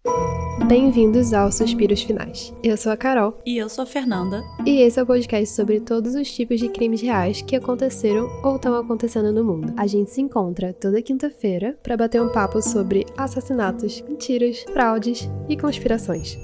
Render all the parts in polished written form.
Bem-vindos aos Suspiros Finais. Eu sou a Carol. E eu sou a Fernanda. E esse é o podcast sobre todos os tipos de crimes reais que aconteceram ou estão acontecendo no mundo. A gente se encontra toda quinta-feira para bater um papo sobre assassinatos, mentiras, fraudes e conspirações.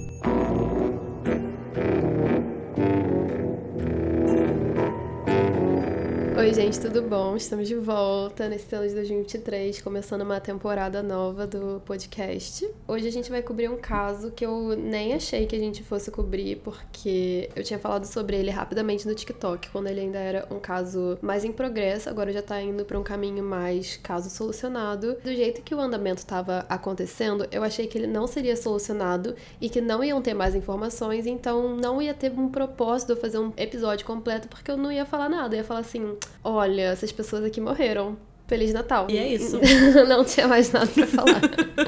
Oi gente, tudo bom? Estamos de volta nesse ano de 2023, começando uma temporada nova do podcast. Hoje a gente vai cobrir um caso que eu nem achei que a gente fosse cobrir, porque eu tinha falado sobre ele rapidamente no TikTok, quando ele ainda era um caso mais em progresso, agora já tá indo pra um caminho mais caso solucionado. Do jeito que o andamento tava acontecendo, eu achei que ele não seria solucionado e que não iam ter mais informações, então não ia ter um propósito de eu fazer um episódio completo, porque eu não ia falar nada, eu ia falar assim: olha, essas pessoas aqui morreram. Feliz Natal. E é isso. Não tinha mais nada pra falar.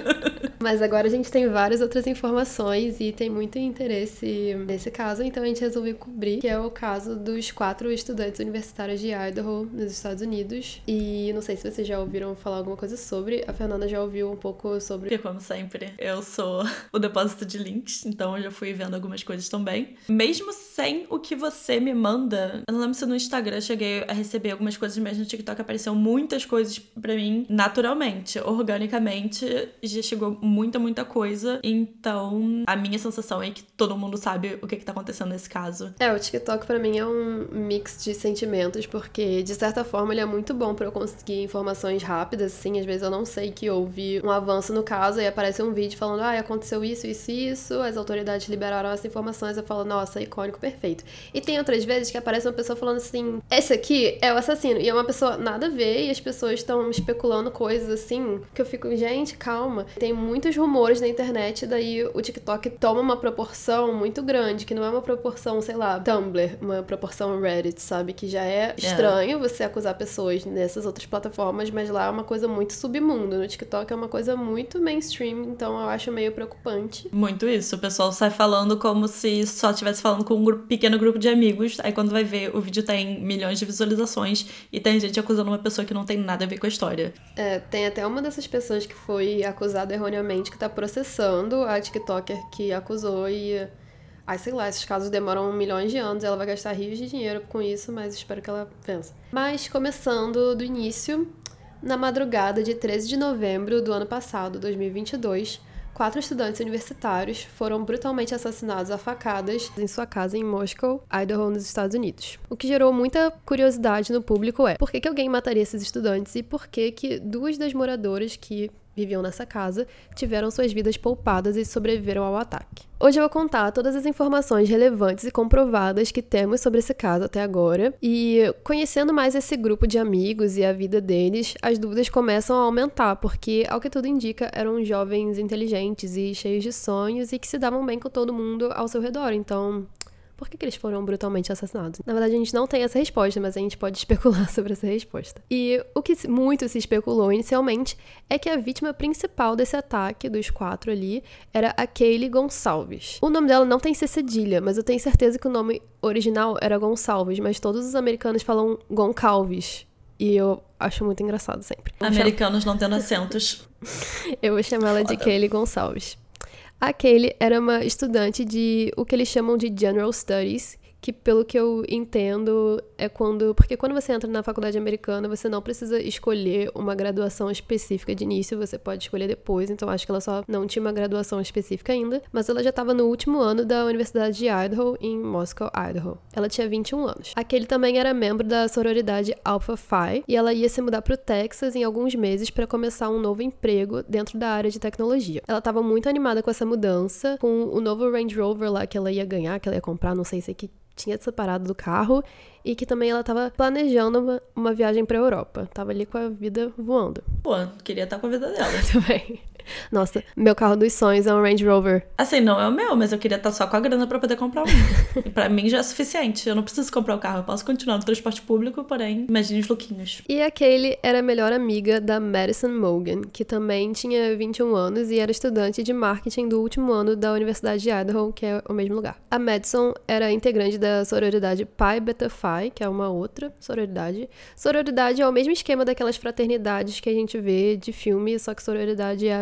Mas agora a gente tem várias outras informações e tem muito interesse nesse caso, então a gente resolveu cobrir, que é o caso dos 4 estudantes universitários de Idaho, nos Estados Unidos. E não sei se vocês já ouviram falar alguma coisa sobre, a Fernanda já ouviu um pouco sobre... Porque, como sempre, eu sou o depósito de links, então eu já fui vendo algumas coisas também. Mesmo sem o que você me manda, eu não lembro se no Instagram eu cheguei a receber algumas coisas, mas no TikTok apareceram muitas coisas pra mim naturalmente, organicamente, já chegou muita coisa, então a minha sensação é que todo mundo sabe o que tá acontecendo nesse caso. O TikTok pra mim é um mix de sentimentos, porque de certa forma ele é muito bom pra eu conseguir informações rápidas, assim, às vezes eu não sei que houve um avanço no caso e aparece um vídeo falando, aconteceu isso, as autoridades liberaram essa informações, eu falo, nossa, icônico, perfeito. E tem outras vezes que aparece uma pessoa falando assim, esse aqui é o assassino, e é uma pessoa nada a ver, e as pessoas estão especulando coisas assim, que eu fico, gente, calma. Tem muitos rumores na internet, daí o TikTok toma uma proporção muito grande, que não é uma proporção, sei lá, Tumblr, uma proporção Reddit, sabe? Que já é estranho você acusar pessoas nessas outras plataformas, mas lá é uma coisa muito submundo. No TikTok é uma coisa muito mainstream, então eu acho meio preocupante. Muito isso, o pessoal sai falando como se só estivesse falando com um pequeno grupo de amigos, aí quando vai ver, o vídeo tem milhões de visualizações e tem gente acusando uma pessoa que não tem nada a ver com a história. Tem até uma dessas pessoas que foi acusada erroneamente, que tá processando a TikToker que acusou e... sei lá, esses casos demoram milhões de anos, ela vai gastar rios de dinheiro com isso, mas espero que ela vença. Mas, começando do início, na madrugada de 13 de novembro do ano passado, 2022, 4 estudantes universitários foram brutalmente assassinados a facadas em sua casa em Moscow, Idaho, nos Estados Unidos. O que gerou muita curiosidade no público é por que alguém mataria esses estudantes e por que 2 das moradoras que viviam nessa casa tiveram suas vidas poupadas e sobreviveram ao ataque. Hoje eu vou contar todas as informações relevantes e comprovadas que temos sobre esse caso até agora, e conhecendo mais esse grupo de amigos e a vida deles, as dúvidas começam a aumentar, porque, ao que tudo indica, eram jovens inteligentes e cheios de sonhos e que se davam bem com todo mundo ao seu redor, então... por que eles foram brutalmente assassinados? Na verdade, a gente não tem essa resposta, mas a gente pode especular sobre essa resposta. E o que muito se especulou inicialmente é que a vítima principal desse ataque, dos 4 ali, era a Kaylee Gonçalves. O nome dela não tem C cedilha, mas eu tenho certeza que o nome original era Gonçalves, mas todos os americanos falam Goncalves. E eu acho muito engraçado sempre. Americanos não tendo acentos. Eu vou chamar ela de Kaylee Gonçalves. A Kaylee era uma estudante de o que eles chamam de General Studies, que pelo que eu entendo é quando... porque quando você entra na faculdade americana, você não precisa escolher uma graduação específica de início, você pode escolher depois, então acho que ela só não tinha uma graduação específica ainda, mas ela já estava no último ano da Universidade de Idaho, em Moscow, Idaho. Ela tinha 21 anos. A Kaylee também era membro da sororidade Alpha Phi, e ela ia se mudar para o Texas em alguns meses para começar um novo emprego dentro da área de tecnologia. Ela estava muito animada com essa mudança, com o novo Range Rover lá que ela ia ganhar, que ela ia comprar, não sei se aqui tinha separado do carro, e que também ela tava planejando uma viagem pra Europa. Tava ali com a vida voando. Pô, queria estar com a vida dela. Também. Nossa, meu carro dos sonhos é um Range Rover. Assim, não é o meu, mas eu queria estar só com a grana pra poder comprar um. E pra mim já é suficiente. Eu não preciso comprar o carro. Eu posso continuar no transporte público, porém, imagine os lookinhos. E a Kaylee era a melhor amiga da Madison Mogan, que também tinha 21 anos e era estudante de marketing do último ano da Universidade de Idaho, que é o mesmo lugar. A Madison era integrante da sororidade Pi Beta Phi, que é uma outra sororidade. Sororidade é o mesmo esquema daquelas fraternidades que a gente vê de filme, só que sororidade é a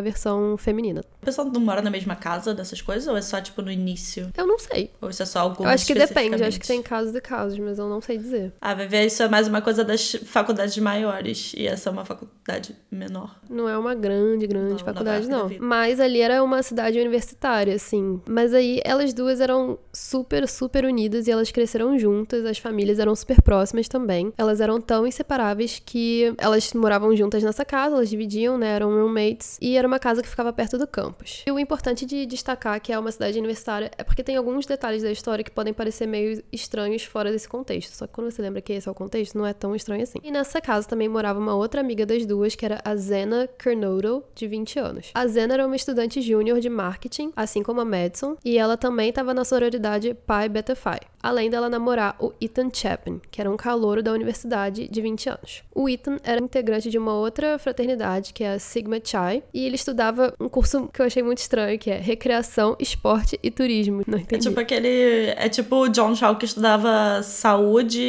versão feminina. O pessoal não mora na mesma casa dessas coisas? Ou é só, tipo, no início? Eu não sei. Ou isso é só algumas Eu acho que depende, eu acho que tem casos e casos, mas eu não sei dizer. Vai ver, isso é mais uma coisa das faculdades maiores, e essa é uma faculdade menor. Não é uma grande faculdade, não. Mas ali era uma cidade universitária, assim. Mas aí elas duas eram super, super unidas e elas cresceram juntas, as famílias eram super próximas também. Elas eram tão inseparáveis que elas moravam juntas nessa casa, elas dividiam, né, eram roommates, e era uma casa que ficava perto do campus. E o importante de destacar que é uma cidade universitária é porque tem alguns detalhes da história que podem parecer meio estranhos fora desse contexto. Só que quando você lembra que esse é o contexto, não é tão estranho assim. E nessa casa também morava uma outra amiga das duas, que era a Zena Kernodle, de 20 anos. A Zena era uma estudante júnior de marketing, assim como a Madison, e ela também estava na sororidade Pi Beta Phi, além dela namorar o Ethan Chapin, que era um calouro da universidade de 20 anos. O Ethan era integrante de uma outra fraternidade, que é a Sigma Chi, e ele estudava um curso que eu achei muito estranho, que é Recreação, Esporte e Turismo. Não entendi. É tipo o John Shaw, que estudava saúde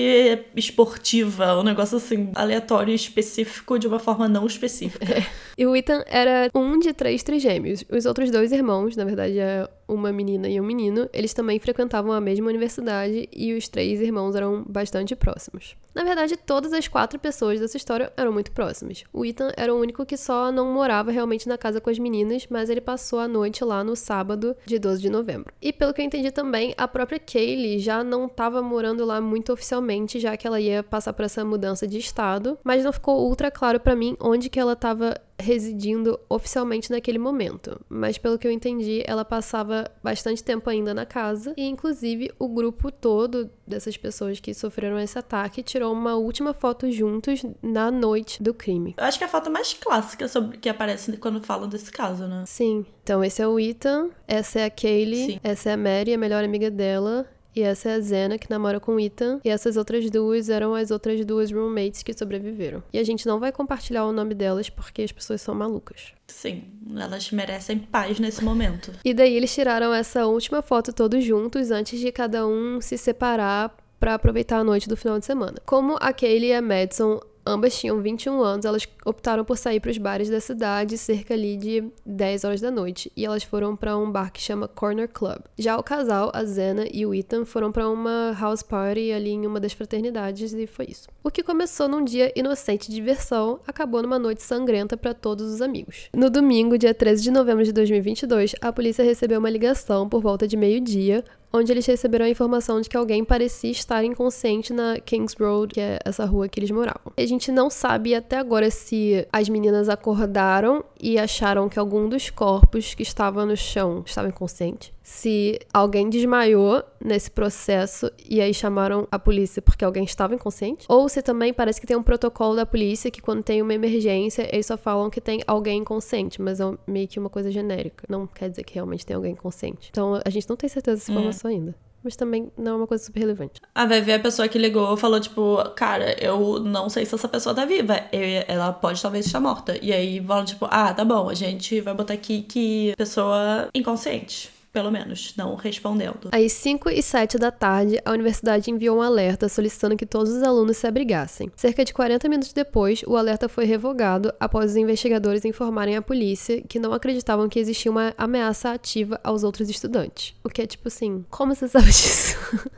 esportiva, um negócio assim, aleatório e específico de uma forma não específica. E o Ethan era um de 3 trigêmeos. Os outros 2 irmãos, na verdade é uma menina e um menino, eles também frequentavam a mesma universidade e os 3 irmãos eram bastante próximos. Na verdade, todas as 4 pessoas dessa história eram muito próximas. O Ethan era o único que só não morava realmente na casa com as meninas, mas ele passou a noite lá no sábado de 12 de novembro. E pelo que eu entendi também, a própria Kaylee já não estava morando lá muito oficialmente, já que ela ia passar por essa mudança de estado, mas não ficou ultra claro pra mim onde que ela estava residindo oficialmente naquele momento. Mas pelo que eu entendi, ela passava bastante tempo ainda na casa e inclusive o grupo todo dessas pessoas que sofreram esse ataque tirou uma última foto juntos na noite do crime. Eu acho que é a foto mais clássica sobre que aparece quando falam desse caso, né? Sim. Então esse é o Ethan, essa é a Kaylee, sim. Essa é a Mary, a melhor amiga dela. E essa é a Zena, que namora com o Ethan. E essas outras duas eram as outras 2 roommates que sobreviveram. E a gente não vai compartilhar o nome delas porque as pessoas são malucas. Sim, elas merecem paz nesse momento. E daí eles tiraram essa última foto todos juntos antes de cada um se separar pra aproveitar a noite do final de semana. Como a Kaylee e a Madison ambas tinham 21 anos, elas optaram por sair para os bares da cidade cerca ali de 10 horas da noite, e elas foram para um bar que chama Corner Club. Já o casal, a Zena e o Ethan, foram para uma house party ali em uma das fraternidades e foi isso. O que começou num dia inocente de diversão, acabou numa noite sangrenta para todos os amigos. No domingo, dia 13 de novembro de 2022, a polícia recebeu uma ligação por volta de meio-dia, onde eles receberam a informação de que alguém parecia estar inconsciente na Kings Road, que é essa rua que eles moravam. A gente não sabe até agora se as meninas acordaram e acharam que algum dos corpos que estava no chão estava inconsciente. Se alguém desmaiou nesse processo e aí chamaram a polícia porque alguém estava inconsciente. Ou se também parece que tem um protocolo da polícia que quando tem uma emergência, eles só falam que tem alguém inconsciente, mas é meio que uma coisa genérica. Não quer dizer que realmente tem alguém inconsciente. Então a gente não tem certeza dessa informação ainda. Mas também não é uma coisa super relevante. Vai ver a pessoa que ligou falou, tipo, cara, eu não sei se essa pessoa tá viva. Ela pode talvez estar morta. E aí falam, tipo, tá bom, a gente vai botar aqui que pessoa inconsciente. Pelo menos, não respondendo. Às 5h07 da tarde, a universidade enviou um alerta solicitando que todos os alunos se abrigassem. Cerca de 40 minutos depois, o alerta foi revogado após os investigadores informarem à polícia que não acreditavam que existia uma ameaça ativa aos outros estudantes. O que é tipo assim, como você sabe disso?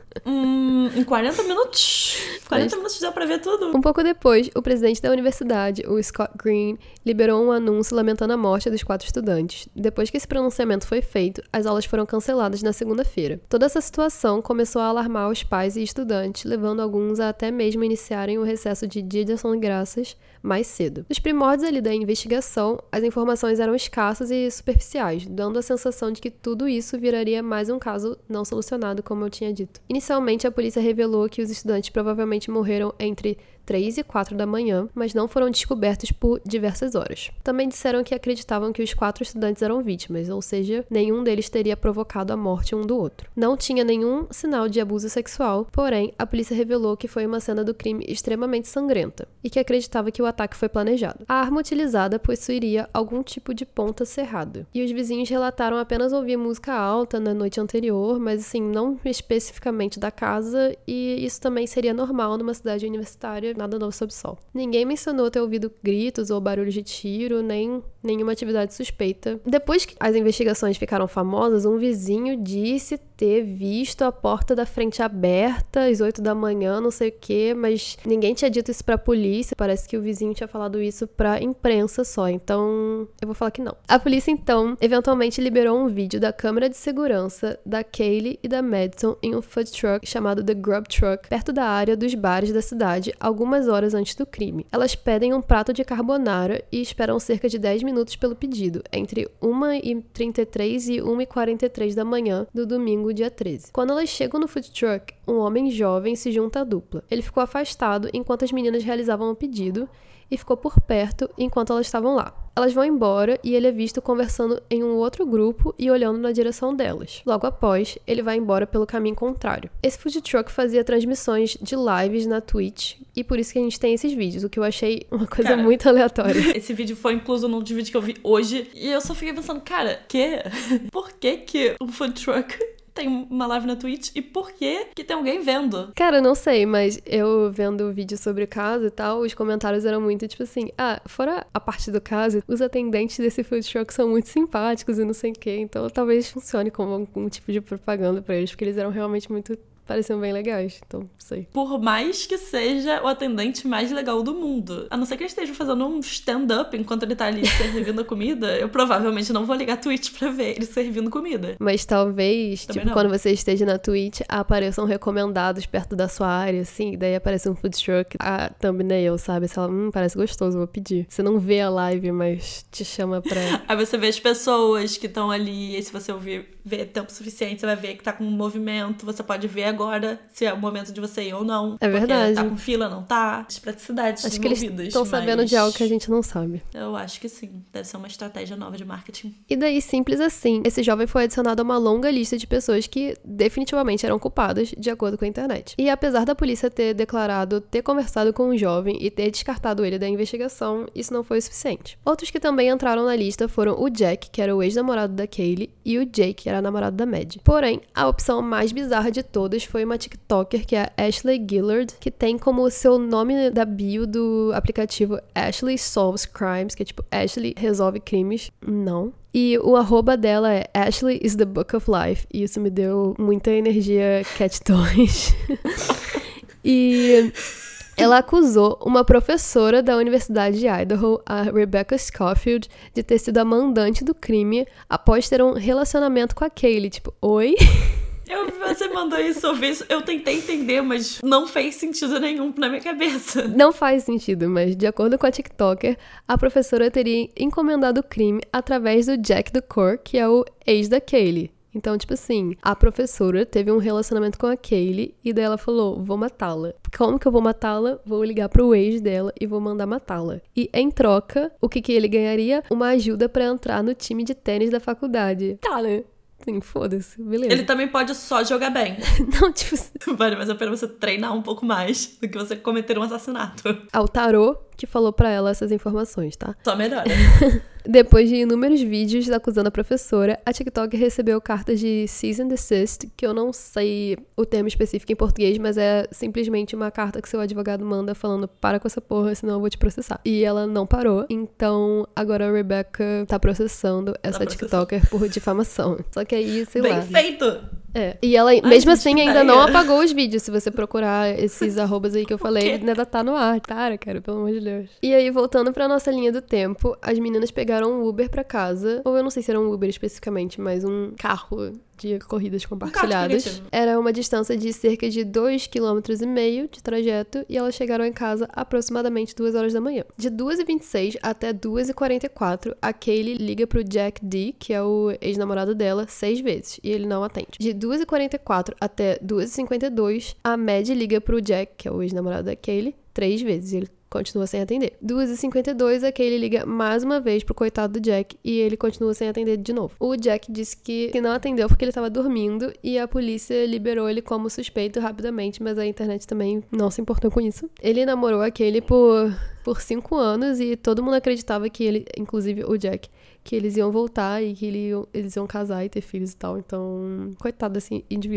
Em 40 minutos? 40 minutos deu pra ver tudo? Um pouco depois, o presidente da universidade, o Scott Green, liberou um anúncio lamentando a morte dos 4 estudantes. Depois que esse pronunciamento foi feito, as aulas foram canceladas na segunda-feira. Toda essa situação começou a alarmar os pais e estudantes, levando alguns a até mesmo iniciarem o recesso de Dia de Ação de Graças mais cedo. Nos primórdios ali da investigação, as informações eram escassas e superficiais, dando a sensação de que tudo isso viraria mais um caso não solucionado, como eu tinha dito. Inicialmente, a polícia revelou que os estudantes provavelmente morreram entre 3 e 4 da manhã, mas não foram descobertos por diversas horas. Também disseram que acreditavam que os 4 estudantes eram vítimas, ou seja, nenhum deles teria provocado a morte um do outro. Não tinha nenhum sinal de abuso sexual, porém, a polícia revelou que foi uma cena do crime extremamente sangrenta e que acreditava que o ataque foi planejado. A arma utilizada possuiria algum tipo de ponta cerrada, e os vizinhos relataram apenas ouvir música alta na noite anterior, mas assim, não especificamente da casa, e isso também seria normal numa cidade universitária, nada novo sob o sol. Ninguém mencionou ter ouvido gritos ou barulhos de tiro, nem nenhuma atividade suspeita. Depois que as investigações ficaram famosas, um vizinho disse ter visto a porta da frente aberta às 8 da manhã, não sei o quê, mas ninguém tinha dito isso pra polícia. Parece que o vizinho tinha falado isso pra imprensa só, então eu vou falar que não. A polícia, então, eventualmente liberou um vídeo da câmera de segurança da Kaylee e da Madison em um food truck chamado The Grub Truck, perto da área dos bares da cidade, algumas horas antes do crime. Elas pedem um prato de carbonara e esperam cerca de 10 minutos pelo pedido, entre 1h33 e 1h43 da manhã do domingo, dia 13. Quando elas chegam no food truck, um homem jovem se junta à dupla. Ele ficou afastado enquanto as meninas realizavam o pedido e ficou por perto enquanto elas estavam lá. Elas vão embora e ele é visto conversando em um outro grupo e olhando na direção delas. Logo após, ele vai embora pelo caminho contrário. Esse food truck fazia transmissões de lives na Twitch e por isso que a gente tem esses vídeos, o que eu achei uma coisa muito aleatória. Esse vídeo foi incluso num vídeo que eu vi hoje e eu só fiquei pensando, cara, por que um food truck tem uma live na Twitch e por que tem alguém vendo? Cara, eu não sei, mas eu vendo o vídeo sobre o caso e tal, os comentários eram muito tipo assim, fora a parte do caso, os atendentes desse food truck são muito simpáticos e não sei o quê, então talvez funcione como algum tipo de propaganda pra eles, porque eles eram realmente muito... pareciam bem legais, então, não sei. Por mais que seja o atendente mais legal do mundo, a não ser que ele esteja fazendo um stand-up enquanto ele tá ali servindo a comida, eu provavelmente não vou ligar a Twitch pra ver ele servindo comida. Mas talvez, Também tipo, não. quando você esteja na Twitch, apareçam recomendados perto da sua área, assim, daí aparece um food truck, a thumbnail, sabe? Você fala, parece gostoso, vou pedir. Você não vê a live, mas te chama pra... Aí você vê as pessoas que estão ali, e se você ver tempo suficiente, você vai ver que tá com um movimento, você pode ver agora se é o momento de você ir ou não. É verdade. Tá com fila, não tá? As praticidades Acho que eles envolvidas. estão sabendo de algo que a gente não sabe. Eu acho que sim. Deve ser uma estratégia nova de marketing. E daí, simples assim, esse jovem foi adicionado a uma longa lista de pessoas que definitivamente eram culpadas, de acordo com a internet. E apesar da polícia ter declarado ter conversado com o jovem e ter descartado ele da investigação, isso não foi o suficiente. Outros que também entraram na lista foram o Jack, que era o ex-namorado da Kaylee, e o Jake, que era namorado da Mad. Porém, a opção mais bizarra de todas foi uma TikToker, que é a Ashley Gillard, que tem como seu nome da bio do aplicativo Ashley Solves Crimes, que é tipo, Ashley resolve crimes. Não. E o arroba dela é Ashley is the Book of Life. E isso me deu muita energia Cat Toys. E... ela acusou uma professora da Universidade de Idaho, a Rebecca Schofield, de ter sido a mandante do crime após ter um relacionamento com a Kaylee. Tipo, oi? Você mandou isso, eu vi isso, eu tentei entender, mas não fez sentido nenhum na minha cabeça. Não faz sentido, mas de acordo com a TikToker, a professora teria encomendado o crime através do Jack DeCour, que é o ex da Kaylee. Então, tipo assim, a professora teve um relacionamento com a Kaylee e daí ela falou, vou matá-la. Como que eu vou matá-la? Vou ligar pro ex dela e vou mandar matá-la. E em troca, o que ele ganharia? Uma ajuda pra entrar no time de tênis da faculdade. Tá, né? Sim, foda-se, beleza. Ele também pode só jogar bem. Não, tipo... vale mais a pena você treinar um pouco mais do que você cometer um assassinato. O tarô que falou pra ela essas informações, tá? Só melhora. Depois de inúmeros vídeos acusando a professora, a TikTok recebeu cartas de cease and desist, que eu não sei o termo específico em português, mas é simplesmente uma carta que seu advogado manda falando, para com essa porra, senão eu vou te processar. E ela não parou, então agora a Rebecca tá processando essa TikToker por difamação. Só que aí, sei lá... Bem feito! É. E ela, mesmo gente, assim, ainda não apagou os vídeos. Se você procurar esses arrobas aí que eu falei, ainda tá no ar. Para, cara, pelo amor de Deus. E aí, voltando pra nossa linha do tempo, as meninas pegaram um Uber pra casa. Ou eu não sei se era um Uber especificamente, mas um carro de corridas compartilhadas. Era uma distância de cerca de 2,5 km de trajeto e elas chegaram em casa aproximadamente 2 horas da manhã. De 2h26 até 2h44, a Kaylee liga pro Jack D, que é o ex-namorado dela, 6 vezes, e ele não atende. De 2h44 até 2h52, a Mad liga pro Jack, que é o ex-namorado da Kaylee, 3 vezes, e ele continua sem atender. 2h52, a Kaylee liga mais uma vez pro coitado do Jack e ele continua sem atender de novo. O Jack disse que não atendeu porque ele estava dormindo e a polícia liberou ele como suspeito rapidamente, mas a internet também não se importou com isso. Ele namorou a Kaylee por 5 anos e todo mundo acreditava que ele, inclusive o Jack, que eles iam voltar e que eles iam casar e ter filhos e tal. Então, coitado desse indivíduo.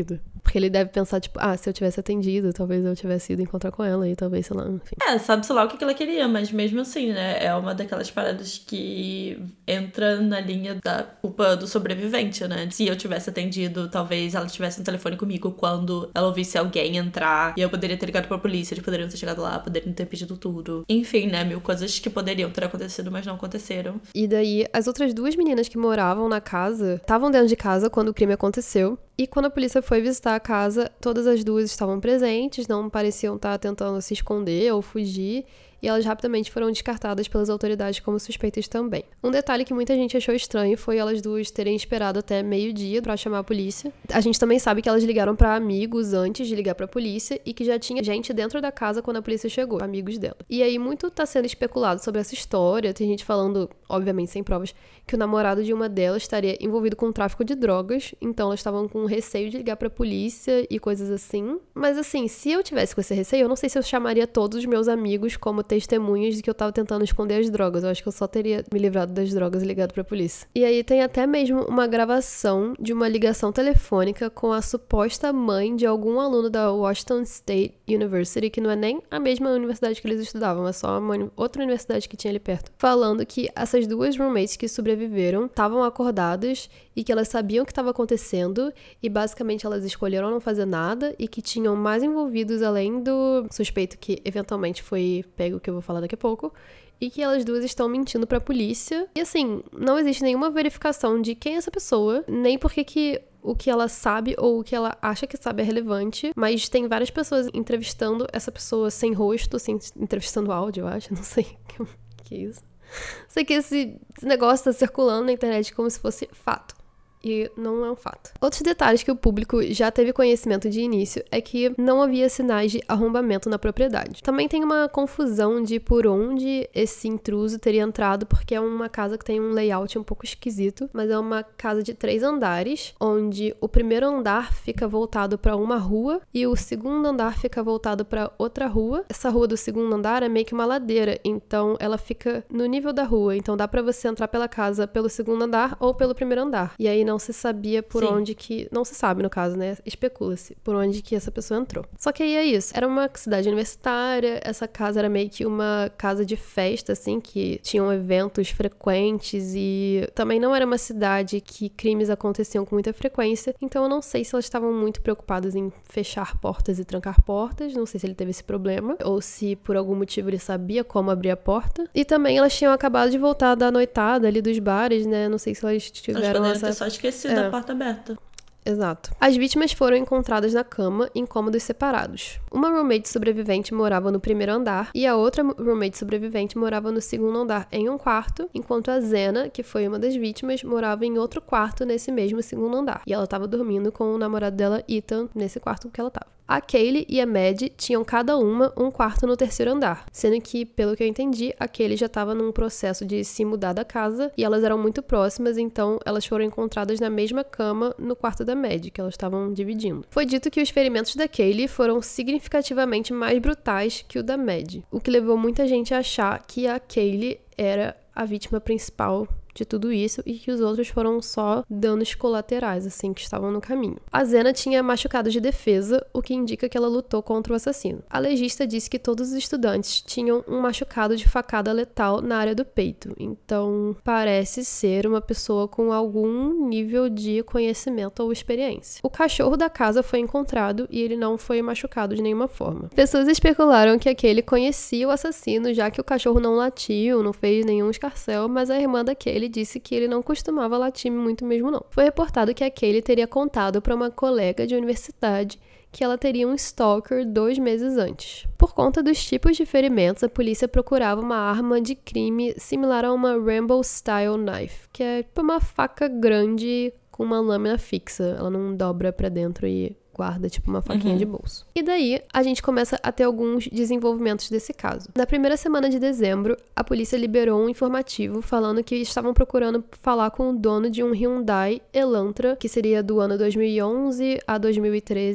Porque ele deve pensar, tipo, se eu tivesse atendido, talvez eu tivesse ido encontrar com ela e talvez, sei lá, enfim. Sabe-se lá o que ela queria, mas mesmo assim, né? É uma daquelas paradas que entra na linha da culpa do sobrevivente, né? Se eu tivesse atendido, talvez ela tivesse no telefone comigo quando ela ouvisse alguém entrar e eu poderia ter ligado pra polícia, eles poderiam ter chegado lá, poderiam ter pedido tudo. Enfim, né? Mil coisas que poderiam ter acontecido, mas não aconteceram. E daí, as outras duas meninas que moravam na casa estavam dentro de casa quando o crime aconteceu. E quando a polícia foi visitar a casa, todas as duas estavam presentes, não pareciam estar tentando se esconder ou fugir. E elas rapidamente foram descartadas pelas autoridades como suspeitas também. Um detalhe que muita gente achou estranho foi elas duas terem esperado até meio-dia pra chamar a polícia. A gente também sabe que elas ligaram pra amigos antes de ligar pra polícia e que já tinha gente dentro da casa quando a polícia chegou, amigos dela. E aí muito tá sendo especulado sobre essa história, tem gente falando, obviamente sem provas, que o namorado de uma delas estaria envolvido com o tráfico de drogas, então elas estavam com receio de ligar pra polícia e coisas assim. Mas assim, se eu tivesse com esse receio, eu não sei se eu chamaria todos os meus amigos como testemunhas de que eu tava tentando esconder as drogas. Eu acho que eu só teria me livrado das drogas e ligado pra polícia. E aí tem até mesmo uma gravação de uma ligação telefônica com a suposta mãe de algum aluno da Washington State University, que não é nem a mesma universidade que eles estudavam, é só uma outra universidade que tinha ali perto, falando que essas duas roommates que sobreviveram estavam acordadas e que elas sabiam o que estava acontecendo e basicamente elas escolheram não fazer nada e que tinham mais envolvidos além do suspeito que eventualmente foi pego, que eu vou falar daqui a pouco, e que elas duas estão mentindo pra polícia. E assim, não existe nenhuma verificação de quem é essa pessoa, nem porque que o que ela sabe ou o que ela acha que sabe é relevante, mas tem várias pessoas entrevistando essa pessoa sem rosto, assim, entrevistando áudio, eu acho, não sei o que é isso. Sei que esse negócio tá circulando na internet como se fosse fato. E não é um fato. Outros detalhes que o público já teve conhecimento de início é que não havia sinais de arrombamento na propriedade. Também tem uma confusão de por onde esse intruso teria entrado, porque é uma casa que tem um layout um pouco esquisito, mas é uma casa de 3 andares, onde o primeiro andar fica voltado para uma rua e o segundo andar fica voltado para outra rua. Essa rua do segundo andar é meio que uma ladeira, então ela fica no nível da rua, então dá para você entrar pela casa pelo segundo andar ou pelo primeiro andar. E aí não se sabia por onde que... Não se sabe, no caso, né? Especula-se por onde que essa pessoa entrou. Só que aí é isso. Era uma cidade universitária, essa casa era meio que uma casa de festa, assim, que tinham eventos frequentes e também não era uma cidade que crimes aconteciam com muita frequência, então eu não sei se elas estavam muito preocupadas em fechar portas e trancar portas, não sei se ele teve esse problema, ou se por algum motivo ele sabia como abrir a porta. E também elas tinham acabado de voltar da noitada ali dos bares, né? Não sei se elas tiveram essa... Esqueci da porta aberta. Exato. As vítimas foram encontradas na cama em cômodos separados. Uma roommate sobrevivente morava no primeiro andar e a outra roommate sobrevivente morava no segundo andar em um quarto, enquanto a Zena, que foi uma das vítimas, morava em outro quarto nesse mesmo segundo andar. E ela estava dormindo com o namorado dela, Ethan, nesse quarto que ela estava. A Kaylee e a Mad tinham cada uma um quarto no terceiro andar, sendo que, pelo que eu entendi, a Kaylee já estava num processo de se mudar da casa e elas eram muito próximas, então elas foram encontradas na mesma cama no quarto da Mad, que elas estavam dividindo. Foi dito que os ferimentos da Kaylee foram significativamente mais brutais que o da Mad, o que levou muita gente a achar que a Kaylee era a vítima principal de tudo isso e que os outros foram só danos colaterais, assim, que estavam no caminho. A Zena tinha machucados de defesa, o que indica que ela lutou contra o assassino. A legista disse que todos os estudantes tinham um machucado de facada letal na área do peito, então parece ser uma pessoa com algum nível de conhecimento ou experiência. O cachorro da casa foi encontrado e ele não foi machucado de nenhuma forma. Pessoas especularam que aquele conhecia o assassino, já que o cachorro não latiu, não fez nenhum escarcéu, mas a irmã daquele disse que ele não costumava latir muito mesmo não. Foi reportado que a Kaylee teria contado para uma colega de universidade que ela teria um stalker 2 meses antes. Por conta dos tipos de ferimentos, a polícia procurava uma arma de crime similar a uma Rambo-style knife, que é tipo uma faca grande com uma lâmina fixa. Ela não dobra pra dentro e guarda tipo uma faquinha de bolso. E daí, a gente começa a ter alguns desenvolvimentos desse caso. Na primeira semana de dezembro, a polícia liberou um informativo falando que estavam procurando falar com o dono de um Hyundai Elantra, que seria do ano 2011 a 2013,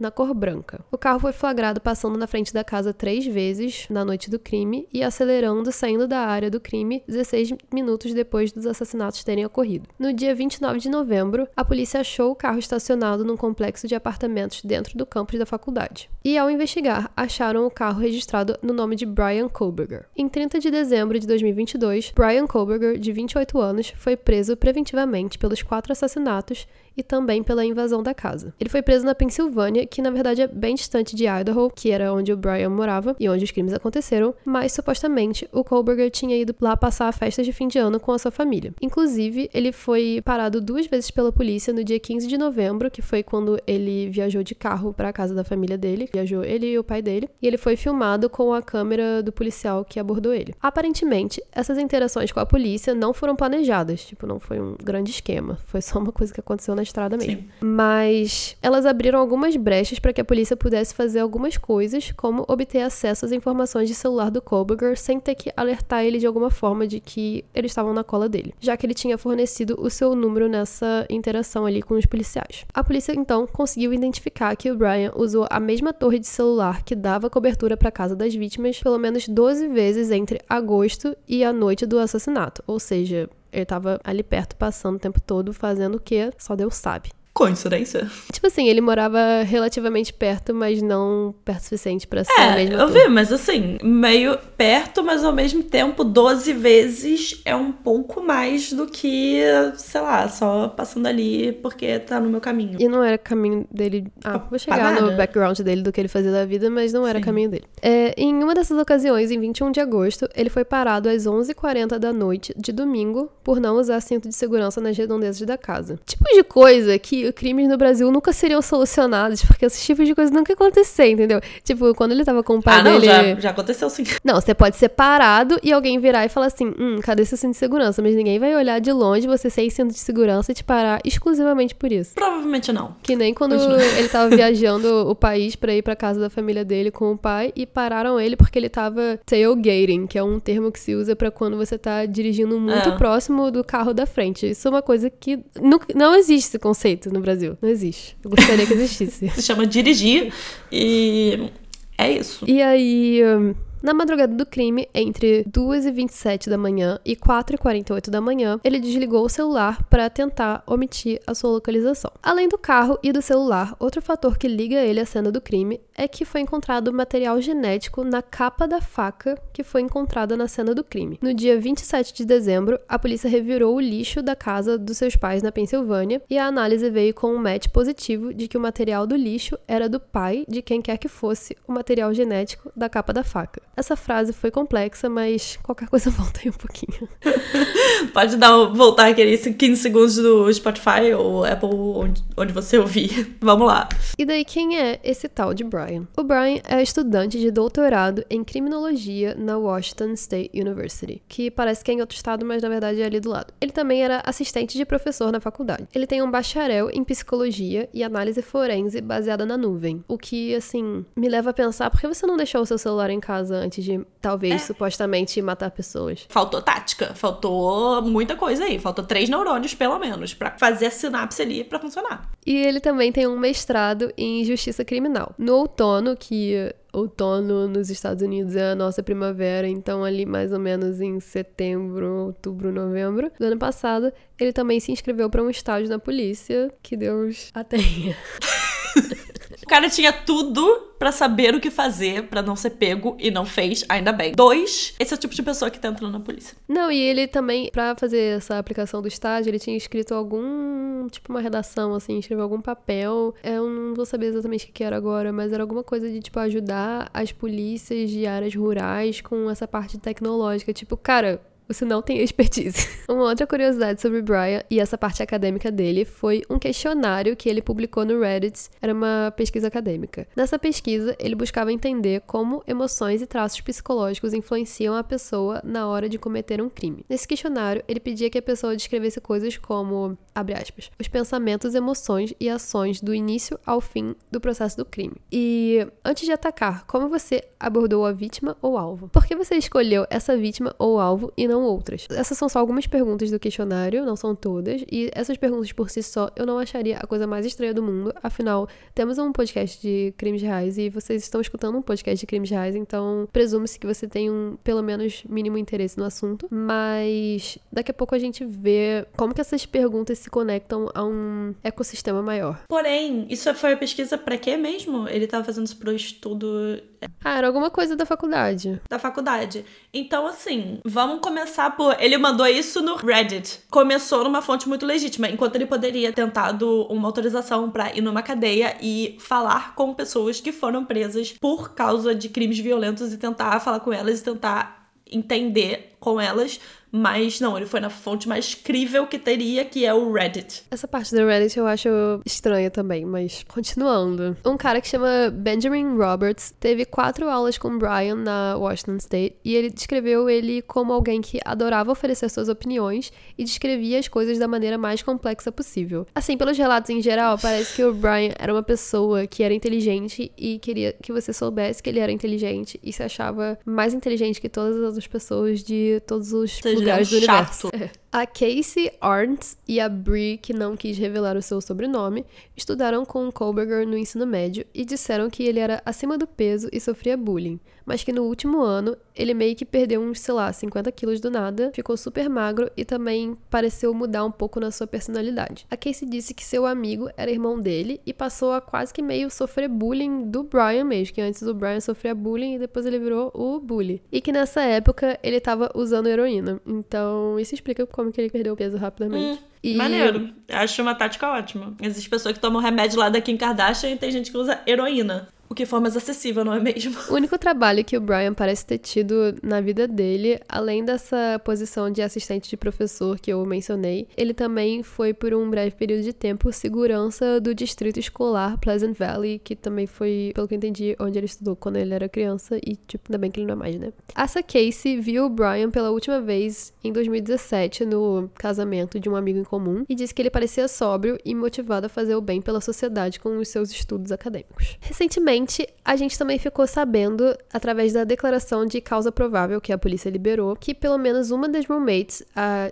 na cor branca. O carro foi flagrado passando na frente da casa 3 vezes na noite do crime e acelerando saindo da área do crime 16 minutos depois dos assassinatos terem ocorrido. No dia 29 de novembro, a polícia achou o carro estacionado num complexo de apartamentos dentro do campus da faculdade. E ao investigar, acharam o carro registrado no nome de Bryan Kohberger. Em 30 de dezembro de 2022, Bryan Kohberger, de 28 anos, foi preso preventivamente pelos 4 assassinatos e também pela invasão da casa. Ele foi preso na Pensilvânia, que na verdade é bem distante de Idaho, que era onde o Bryan morava e onde os crimes aconteceram, mas supostamente o Kohberger tinha ido lá passar festas de fim de ano com a sua família. Inclusive, ele foi parado 2 vezes pela polícia no dia 15 de novembro, que foi quando ele viajou de carro para a casa da família dele, viajou ele e o pai dele, e ele foi filmado com a câmera do policial que abordou ele. Aparentemente, essas interações com a polícia não foram planejadas, não foi um grande esquema, foi só uma coisa que aconteceu na estrada mesmo. Sim. Mas elas abriram algumas brechas para que a polícia pudesse fazer algumas coisas, como obter acesso às informações de celular do Kohberger sem ter que alertar ele de alguma forma de que eles estavam na cola dele, já que ele tinha fornecido o seu número nessa interação ali com os policiais. A polícia, então, conseguiu identificar que o Bryan usou a mesma torre de celular que dava cobertura para a casa das vítimas pelo menos 12 vezes entre agosto e a noite do assassinato, ou seja, ele tava ali perto, passando o tempo todo, fazendo o quê? Só Deus sabe. Coincidência? Ele morava relativamente perto, mas não perto o suficiente pra ser a mesma eu vi, mas meio perto, mas ao mesmo tempo 12 vezes é um pouco mais do que, sei lá, só passando ali porque tá no meu caminho. E não era caminho dele... vou chegar no background dele do que ele fazia da vida, mas não era caminho dele. Em uma dessas ocasiões, em 21 de agosto, ele foi parado às 11h40 da noite de domingo por não usar cinto de segurança nas redondezas da casa. Tipo de coisa que crimes no Brasil nunca seriam solucionados, porque esses tipos de coisas nunca acontecem, entendeu? Quando ele tava com o pai dele... já aconteceu sim. Não, você pode ser parado e alguém virar e falar assim, cadê seu cinto de segurança? Mas ninguém vai olhar de longe você sem cinto de segurança e te parar exclusivamente por isso. Provavelmente não. Que nem quando ele tava viajando o país pra ir pra casa da família dele com o pai e pararam ele porque ele tava tailgating, que é um termo que se usa pra quando você tá dirigindo muito próximo do carro da frente. Isso é uma coisa que não existe esse conceito no Brasil. Não existe. Eu gostaria que existisse. Se chama dirigir e é isso. E aí... Na madrugada do crime, entre 2h27 da manhã e 4h48 da manhã, ele desligou o celular para tentar omitir a sua localização. Além do carro e do celular, outro fator que liga ele à cena do crime é que foi encontrado material genético na capa da faca que foi encontrada na cena do crime. No dia 27 de dezembro, a polícia revirou o lixo da casa dos seus pais na Pensilvânia e a análise veio com um match positivo de que o material do lixo era do pai de quem quer que fosse o material genético da capa da faca. Essa frase foi complexa, mas qualquer coisa volta aí um pouquinho. Pode voltar aqueles 15 segundos do Spotify ou Apple, onde você ouvir. Vamos lá. E daí, quem é esse tal de Bryan? O Bryan é estudante de doutorado em criminologia na Washington State University, que parece que é em outro estado, mas na verdade é ali do lado. Ele também era assistente de professor na faculdade. Ele tem um bacharel em psicologia e análise forense baseada na nuvem, o que, me leva a pensar, por que você não deixou o seu celular em casa antes de, talvez, supostamente matar pessoas? Faltou tática, faltou muita coisa aí, faltou 3 neurônios, pelo menos, pra fazer a sinapse ali pra funcionar. E ele também tem um mestrado em justiça criminal. No outono, que outono nos Estados Unidos é a nossa primavera, então ali mais ou menos em setembro, outubro, novembro do ano passado, ele também se inscreveu pra um estágio na polícia, que Deus a tenha. O cara tinha tudo pra saber o que fazer, pra não ser pego, e não fez, ainda bem. 2, esse é o tipo de pessoa que tá entrando na polícia. Não, e ele também, pra fazer essa aplicação do estágio, ele tinha escrito uma redação, escreveu algum papel. Eu não vou saber exatamente o que era agora, mas era alguma coisa de, ajudar as polícias de áreas rurais com essa parte tecnológica. Cara... Você não tem expertise. Uma outra curiosidade sobre Bryan e essa parte acadêmica dele foi um questionário que ele publicou no Reddit. Era uma pesquisa acadêmica. Nessa pesquisa, ele buscava entender como emoções e traços psicológicos influenciam a pessoa na hora de cometer um crime. Nesse questionário, ele pedia que a pessoa descrevesse coisas como abre aspas, os pensamentos, emoções e ações do início ao fim do processo do crime. E antes de atacar, como você abordou a vítima ou alvo? Por que você escolheu essa vítima ou alvo e não outras? Essas são só algumas perguntas do questionário, não são todas, e essas perguntas por si só eu não acharia a coisa mais estranha do mundo, afinal, temos um podcast de crimes reais e vocês estão escutando um podcast de crimes reais, então presume-se que você tem pelo menos, mínimo interesse no assunto, mas daqui a pouco a gente vê como que essas perguntas se conectam a um ecossistema maior. Porém, isso foi a pesquisa pra quê mesmo? Ele tava fazendo isso pro estudo... era alguma coisa da faculdade. Da faculdade. Então, assim, vamos começar por... Ele mandou isso no Reddit. Começou numa fonte muito legítima, enquanto ele poderia ter tentado uma autorização pra ir numa cadeia e falar com pessoas que foram presas por causa de crimes violentos e tentar falar com elas e tentar entender com elas, mas não, ele foi na fonte mais crível que teria, que é o Reddit. Essa parte do Reddit eu acho estranha também, mas continuando. Um cara que chama Benjamin Roberts teve 4 aulas com Brian na Washington State e ele descreveu ele como alguém que adorava oferecer suas opiniões e descrevia as coisas da maneira mais complexa possível. Assim, pelos relatos em geral, parece que o Brian era uma pessoa que era inteligente e queria que você soubesse que ele era inteligente e se achava mais inteligente que todas as outras pessoas de todos os lugares do universo. A Casey Arntz e a Brie, que não quis revelar o seu sobrenome, estudaram com Kohberger no ensino médio e disseram que ele era acima do peso e sofria bullying, mas que no último ano ele meio que perdeu uns, 50 quilos do nada, ficou super magro e também pareceu mudar um pouco na sua personalidade. A Casey disse que seu amigo era irmão dele e passou a quase que meio sofrer bullying do Brian mesmo, que antes o Brian sofria bullying e depois ele virou o bully. E que nessa época ele tava usando heroína. Então isso explica como que ele perdeu peso rapidamente. Maneiro. Acho uma tática ótima. Existem pessoas que tomam remédio lá da Kim Kardashian e tem gente que usa heroína. O que for mais acessível, não é mesmo? O único trabalho que o Brian parece ter tido na vida dele, além dessa posição de assistente de professor que eu mencionei, ele também foi por um breve período de tempo segurança do distrito escolar Pleasant Valley, que também foi, pelo que eu entendi, onde ele estudou quando ele era criança e, ainda bem que ele não é mais, né? Essa Casey viu o Brian pela última vez em 2017 no casamento de um amigo em comum e disse que ele parecia sóbrio e motivado a fazer o bem pela sociedade com os seus estudos acadêmicos. Recentemente, a gente também ficou sabendo, através da declaração de causa provável que a polícia liberou, que pelo menos uma das roommates, a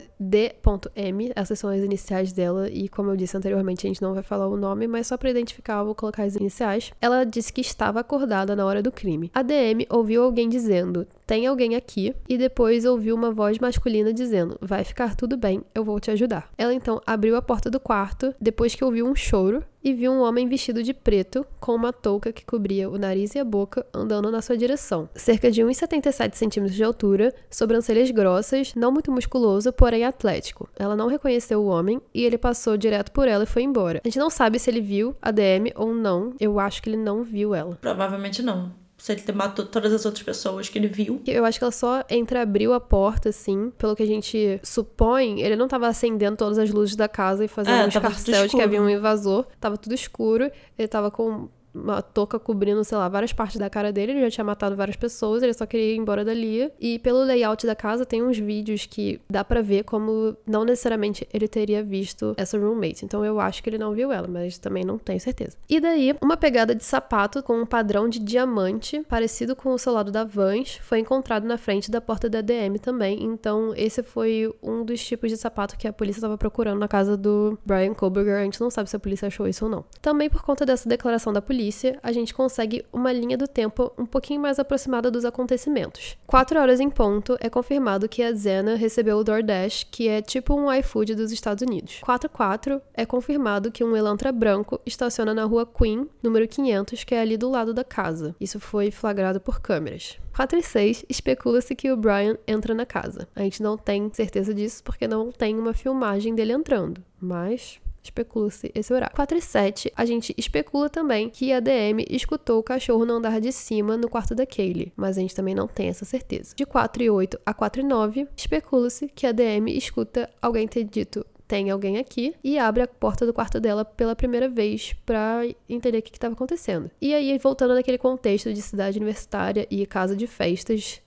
D.M, essas são as iniciais dela, e como eu disse anteriormente, a gente não vai falar o nome, mas só pra identificar, eu vou colocar as iniciais. Ela disse que estava acordada na hora do crime. A D.M ouviu alguém dizendo, tem alguém aqui, e depois ouviu uma voz masculina dizendo, vai ficar tudo bem, eu vou te ajudar. Ela então abriu a porta do quarto, depois que ouviu um choro, e viu um homem vestido de preto, com uma touca que cobria o nariz e a boca, andando na sua direção. Cerca de 1,77 centímetros de altura, sobrancelhas grossas, não muito musculoso, porém atlético. Ela não reconheceu o homem, e ele passou direto por ela e foi embora. A gente não sabe se ele viu a DM ou não, eu acho que ele não viu ela. Provavelmente não. Se ele matou todas as outras pessoas que ele viu. Eu acho que ela só abriu a porta, assim, pelo que a gente supõe, ele não tava acendendo todas as luzes da casa e fazendo um escarcéu de que havia um invasor. Tava tudo escuro, ele tava com uma touca cobrindo, várias partes da cara dele. Ele já tinha matado várias pessoas, ele só queria ir embora dali. E pelo layout da casa, tem uns vídeos que dá pra ver como não necessariamente ele teria visto essa roommate. Então eu acho que ele não viu ela, mas também não tenho certeza. E daí, uma pegada de sapato com um padrão de diamante, parecido com o solado da Vans, foi encontrado na frente da porta da DM também. Então esse foi um dos tipos de sapato que a polícia estava procurando na casa do Brian Kohberger. A gente não sabe se a polícia achou isso ou não. Também por conta dessa declaração da polícia, a gente consegue uma linha do tempo um pouquinho mais aproximada dos acontecimentos. 4 horas em ponto, é confirmado que a Xena recebeu o DoorDash, que é tipo um iFood dos Estados Unidos. 4:04, é confirmado que um Elantra branco estaciona na rua Queen, número 500, que é ali do lado da casa. Isso foi flagrado por câmeras. 4:06, especula-se que o Brian entra na casa. A gente não tem certeza disso porque não tem uma filmagem dele entrando, mas especula-se esse horário. 4:07, a gente especula também que a DM escutou o cachorro no andar de cima no quarto da Kaylee, mas a gente também não tem essa certeza. De 4:08 a 4:09, especula-se que a DM escuta alguém ter dito tem alguém aqui, e abre a porta do quarto dela pela primeira vez pra entender o que estava acontecendo. E aí, voltando naquele contexto de cidade universitária e casa de festas,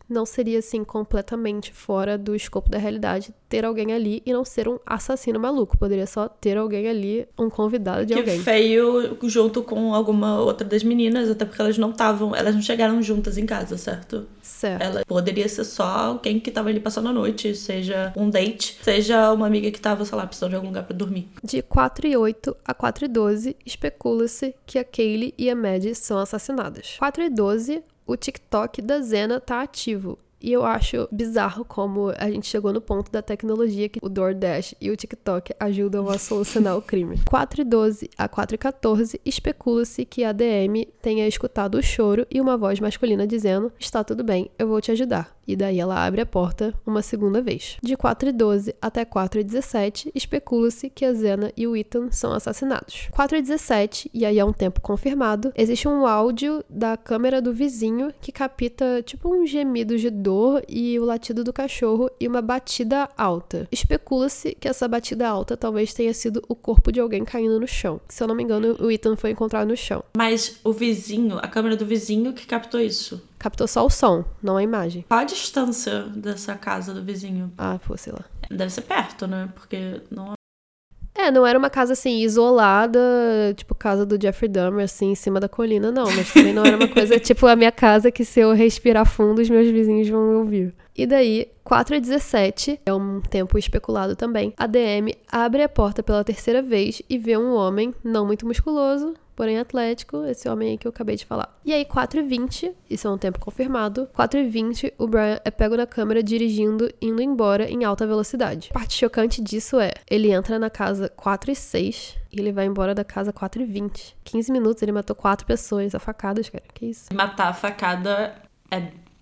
não seria, assim, completamente fora do escopo da realidade ter alguém ali e não ser um assassino maluco. Poderia só ter alguém ali, um convidado de alguém. Que feio junto com alguma outra das meninas, até porque elas não chegaram juntas em casa, certo? Certo. Ela poderia ser só alguém que tava ali passando a noite, seja um date, seja uma amiga que tava, sei lá, precisando de algum lugar pra dormir. De 4/8 a 4/12, especula-se que a Kaylee e a Maddie são assassinadas. 4/12, o TikTok da Xena tá ativo. E eu acho bizarro como a gente chegou no ponto da tecnologia que o DoorDash e o TikTok ajudam a solucionar o crime. 4/12 a 4/14, especula-se que a DM tenha escutado o choro e uma voz masculina dizendo: "Está tudo bem, eu vou te ajudar." E daí ela abre a porta uma segunda vez. De 4/12 até 4/17, especula-se que a Xena e o Ethan são assassinados. 4/17, e aí é um tempo confirmado, existe um áudio da câmera do vizinho que capta tipo um gemido de dor e o latido do cachorro e uma batida alta. Especula-se que essa batida alta talvez tenha sido o corpo de alguém caindo no chão. Se eu não me engano, o Ethan foi encontrado no chão. Mas o vizinho, a câmera do vizinho que captou isso. Captou só o som, não a imagem. Qual a distância dessa casa do vizinho? Ah, pô, sei lá. Deve ser perto, né? Porque não... Não era uma casa, assim, isolada, tipo casa do Jeffrey Dahmer, assim, em cima da colina, não. Mas também não era uma coisa, tipo, a minha casa que se eu respirar fundo, os meus vizinhos vão me ouvir. E daí, 4/17, é um tempo especulado também, a DM abre a porta pela terceira vez e vê um homem não muito musculoso, porém atlético, esse homem aí que eu acabei de falar. E aí, 4/20, isso é um tempo confirmado, 4/20, o Brian é pego na câmera dirigindo, indo embora em alta velocidade. A parte chocante disso é, ele entra na casa 4/6 e ele vai embora da casa 4/20. 15 minutos, ele matou 4 pessoas a facadas, cara, que isso? Matar a facada é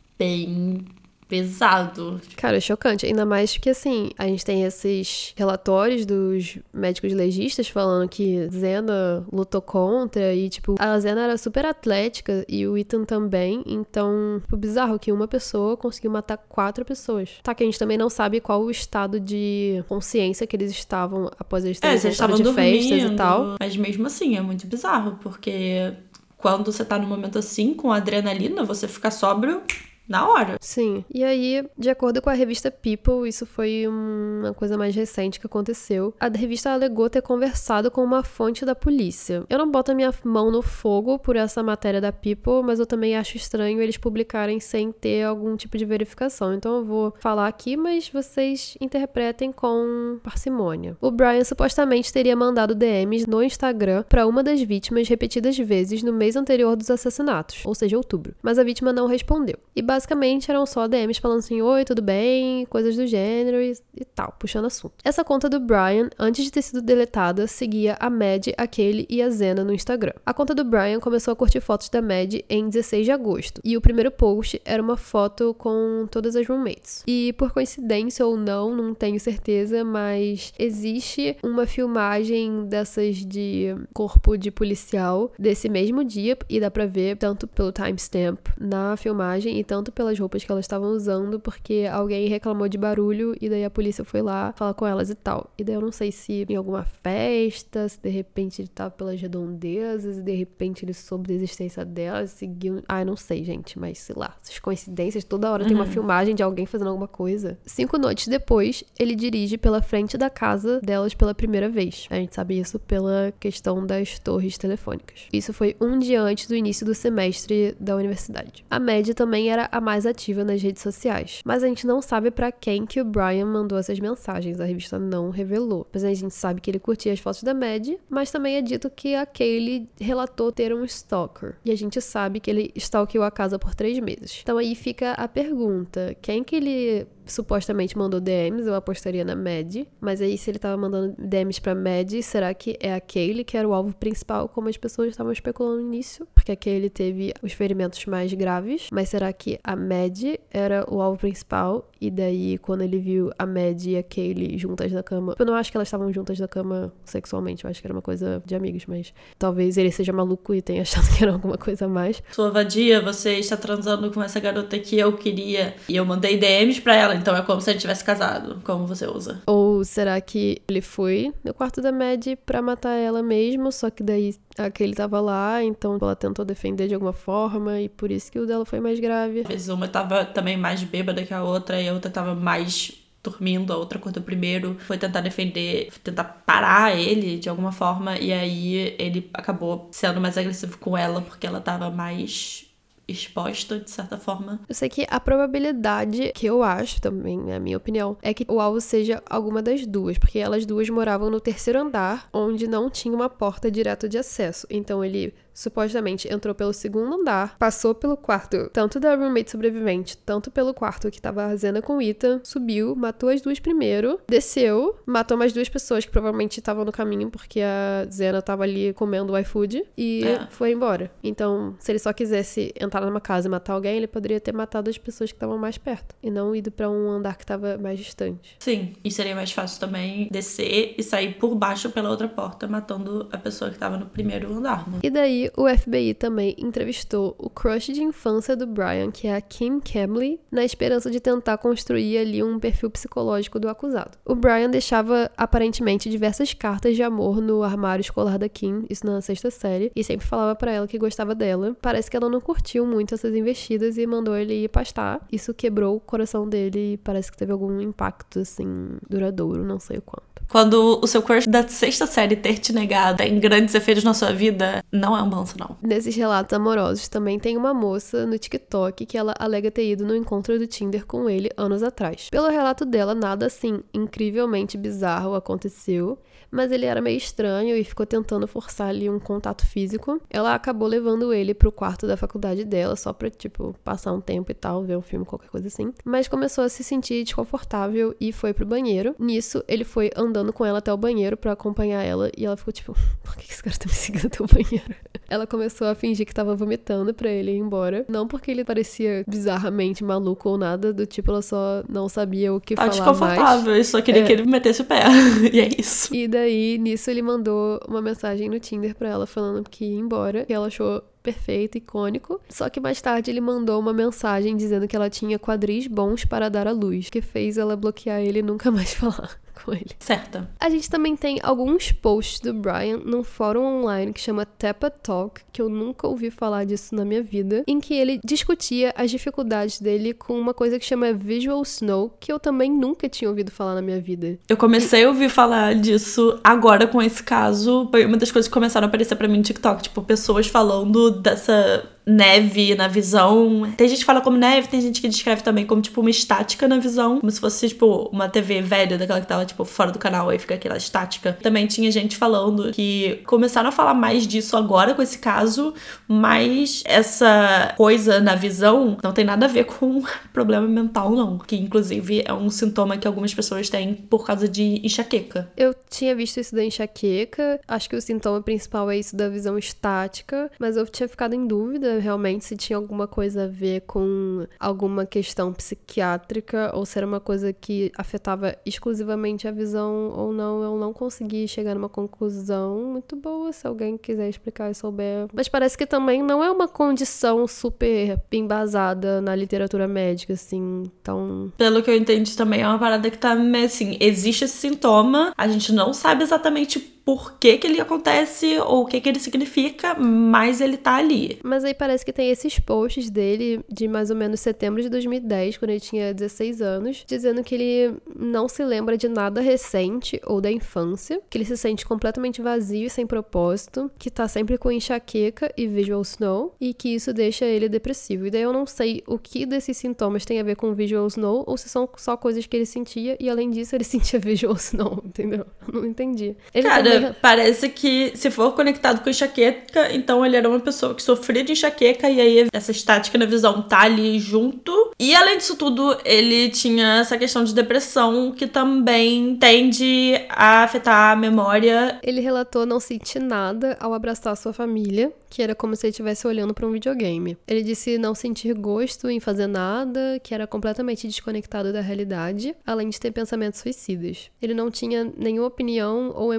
bem pesado. Cara, é chocante. Ainda mais que, assim, a gente tem esses relatórios dos médicos legistas falando que Xena lutou contra e, tipo, a Xena era super atlética e o Ethan também. Então, tipo, bizarro que uma pessoa conseguiu matar 4 pessoas. Tá, que a gente também não sabe qual o estado de consciência que eles estavam após eles terem voltado de festas e tal. Mas mesmo assim, é muito bizarro, porque quando você tá num momento assim, com adrenalina, você fica sóbrio na hora. Sim. E aí, de acordo com a revista People, isso foi uma coisa mais recente que aconteceu. A revista alegou ter conversado com uma fonte da polícia. Eu não boto a minha mão no fogo por essa matéria da People, mas eu também acho estranho eles publicarem sem ter algum tipo de verificação. Então eu vou falar aqui, mas vocês interpretem com parcimônia. O Brian supostamente teria mandado DMs no Instagram para uma das vítimas repetidas vezes no mês anterior dos assassinatos, ou seja, outubro. Mas a vítima não respondeu. E basicamente eram só DMs falando assim, oi, tudo bem, coisas do gênero e tal, puxando assunto. Essa conta do Brian, antes de ter sido deletada, seguia a Maddie, a Kaylee e a Xena no Instagram. A conta do Brian começou a curtir fotos da Maddie em 16 de agosto, e o primeiro post era uma foto com todas as roommates. E por coincidência ou não tenho certeza, mas existe uma filmagem dessas de corpo de policial desse mesmo dia, e dá pra ver tanto pelo timestamp na filmagem e tanto pelas roupas que elas estavam usando, porque alguém reclamou de barulho e daí a polícia foi lá falar com elas e tal. E daí eu não sei se em alguma festa, se de repente ele tava pelas redondezas e de repente ele soube da existência delas, seguiu... eu não sei, gente, mas sei lá, essas coincidências, toda hora tem uma filmagem de alguém fazendo alguma coisa. 5 noites depois, ele dirige pela frente da casa delas pela primeira vez. A gente sabe isso pela questão das torres telefônicas. Isso foi um dia antes do início do semestre da universidade. A Maddie também era a mais ativa nas redes sociais. Mas a gente não sabe pra quem que o Brian mandou essas mensagens. A revista não revelou. Mas a gente sabe que ele curtia as fotos da Maddie, mas também é dito que a Kaylee relatou ter um stalker. E a gente sabe que ele stalkeou a casa por 3 meses. Então aí fica a pergunta, quem que ele supostamente mandou DMs? Eu apostaria na Maddie, mas aí se ele tava mandando DMs pra Maddie, será que é a Kaylee que era o alvo principal, como as pessoas estavam especulando no início? Porque a Kaylee teve os ferimentos mais graves, mas será que a Maddie era o alvo principal? E daí, quando ele viu a Maddie e a Kaylee juntas na cama, eu não acho que elas estavam juntas na cama sexualmente, eu acho que era uma coisa de amigos, mas talvez ele seja maluco e tenha achado que era alguma coisa a mais. Sua vadia, você está transando com essa garota que eu queria e eu mandei DMs pra ela ela, então é como se ele tivesse casado, como você usa. Ou será que ele foi no quarto da Mad pra matar ela mesmo, só que daí aquele tava lá, então ela tentou defender de alguma forma e por isso que o dela foi mais grave. Às vezes uma tava também mais bêbada que a outra e a outra tava mais dormindo, a outra quando o primeiro foi tentar defender, tentar parar ele de alguma forma, e aí ele acabou sendo mais agressivo com ela porque ela tava mais exposta, de certa forma. Eu sei que a probabilidade, que eu acho também, é a minha opinião, é que o alvo seja alguma das duas, porque elas duas moravam no terceiro andar, onde não tinha uma porta direta de acesso. Então ele supostamente entrou pelo segundo andar, passou pelo quarto, tanto da roommate sobrevivente, tanto pelo quarto que tava a Zena com o Ethan, subiu, matou as duas primeiro, desceu, matou mais duas pessoas que provavelmente estavam no caminho, porque a Zena tava ali comendo o iFood, e foi embora. Então, se ele só quisesse entrar numa casa e matar alguém, ele poderia ter matado as pessoas que estavam mais perto, e não ido pra um andar que tava mais distante. Sim, e seria mais fácil também descer e sair por baixo pela outra porta, matando a pessoa que tava no primeiro andar, né? E daí, o FBI também entrevistou o crush de infância do Brian, que é a Kim Camley, na esperança de tentar construir ali um perfil psicológico do acusado. O Brian deixava, aparentemente, diversas cartas de amor no armário escolar da Kim, isso na sexta série, e sempre falava pra ela que gostava dela. Parece que ela não curtiu muito essas investidas e mandou ele ir pastar. Isso quebrou o coração dele e parece que teve algum impacto, assim, duradouro, não sei o quanto. Quando o seu crush da sexta série ter te negado tem grandes efeitos na sua vida, não é um bom sinal. Nesses relatos amorosos também tem uma moça no TikTok que ela alega ter ido no encontro do Tinder com ele anos atrás. Pelo relato dela, nada assim incrivelmente bizarro aconteceu, mas ele era meio estranho e ficou tentando forçar ali um contato físico. Ela acabou levando ele pro quarto da faculdade dela, só pra, tipo, passar um tempo e tal, ver um filme, qualquer coisa assim. Mas começou a se sentir desconfortável e foi pro banheiro. Nisso, ele foi andando com ela até o banheiro pra acompanhar ela e ela ficou tipo, por que esse cara tá me seguindo até o banheiro? Ela começou a fingir que tava vomitando pra ele ir embora. Não porque ele parecia bizarramente maluco ou nada, do tipo, ela só não sabia o que falar mais. Desconfortável, eu só queria que ele metesse o pé. E é isso. E daí, nisso, ele mandou uma mensagem no Tinder pra ela falando que ia embora, que ela achou perfeito, icônico. Só que mais tarde ele mandou uma mensagem dizendo que ela tinha quadris bons para dar à luz, que fez ela bloquear ele e nunca mais falar com ele. Certa. A gente também tem alguns posts do Brian num fórum online que chama Tapa Talk, que eu nunca ouvi falar disso na minha vida, em que ele discutia as dificuldades dele com uma coisa que chama Visual Snow, que eu também nunca tinha ouvido falar na minha vida. Eu comecei a ouvir falar disso agora com esse caso. Foi uma das coisas que começaram a aparecer pra mim no TikTok. Tipo, pessoas falando dessa neve na visão. Tem gente que fala como neve, tem gente que descreve também como, tipo, uma estática na visão. Como se fosse, tipo, uma TV velha, daquela que tava, tipo, fora do canal, aí fica aquela estática. Também tinha gente falando que começaram a falar mais disso agora com esse caso, mas essa coisa na visão não tem nada a ver com problema mental, não. Que, inclusive, é um sintoma que algumas pessoas têm por causa de enxaqueca. Eu tinha visto isso da enxaqueca, acho que o sintoma principal é isso da visão estática, mas eu tinha ficado em dúvida realmente se tinha alguma coisa a ver com alguma questão psiquiátrica ou se era uma coisa que afetava exclusivamente a visão ou não. Eu não consegui chegar numa conclusão muito boa, se alguém quiser explicar e souber. Mas parece que também não é uma condição super embasada na literatura médica, assim, então... Pelo que eu entendi também, é uma parada que tá, assim, existe esse sintoma, a gente não sabe exatamente por que ele acontece ou o que ele significa, mas ele tá ali. Mas aí parece que tem esses posts dele de mais ou menos setembro de 2010, quando ele tinha 16 anos, dizendo que ele não se lembra de nada recente ou da infância, que ele se sente completamente vazio e sem propósito, que tá sempre com enxaqueca e visual snow, e que isso deixa ele depressivo. E daí eu não sei o que desses sintomas tem a ver com visual snow, ou se são só coisas que ele sentia, e além disso ele sentia visual snow, entendeu? Eu não entendi. Ele Cara, parece que se for conectado com enxaqueca, então ele era uma pessoa que sofria de enxaqueca e aí essa estática na visão tá ali junto. E além disso tudo, ele tinha essa questão de depressão que também tende a afetar a memória. Ele relatou não sentir nada ao abraçar sua família, que era como se ele estivesse olhando para um videogame. Ele disse não sentir gosto em fazer nada, que era completamente desconectado da realidade, além de ter pensamentos suicidas. Ele não tinha nenhuma opinião ou emoção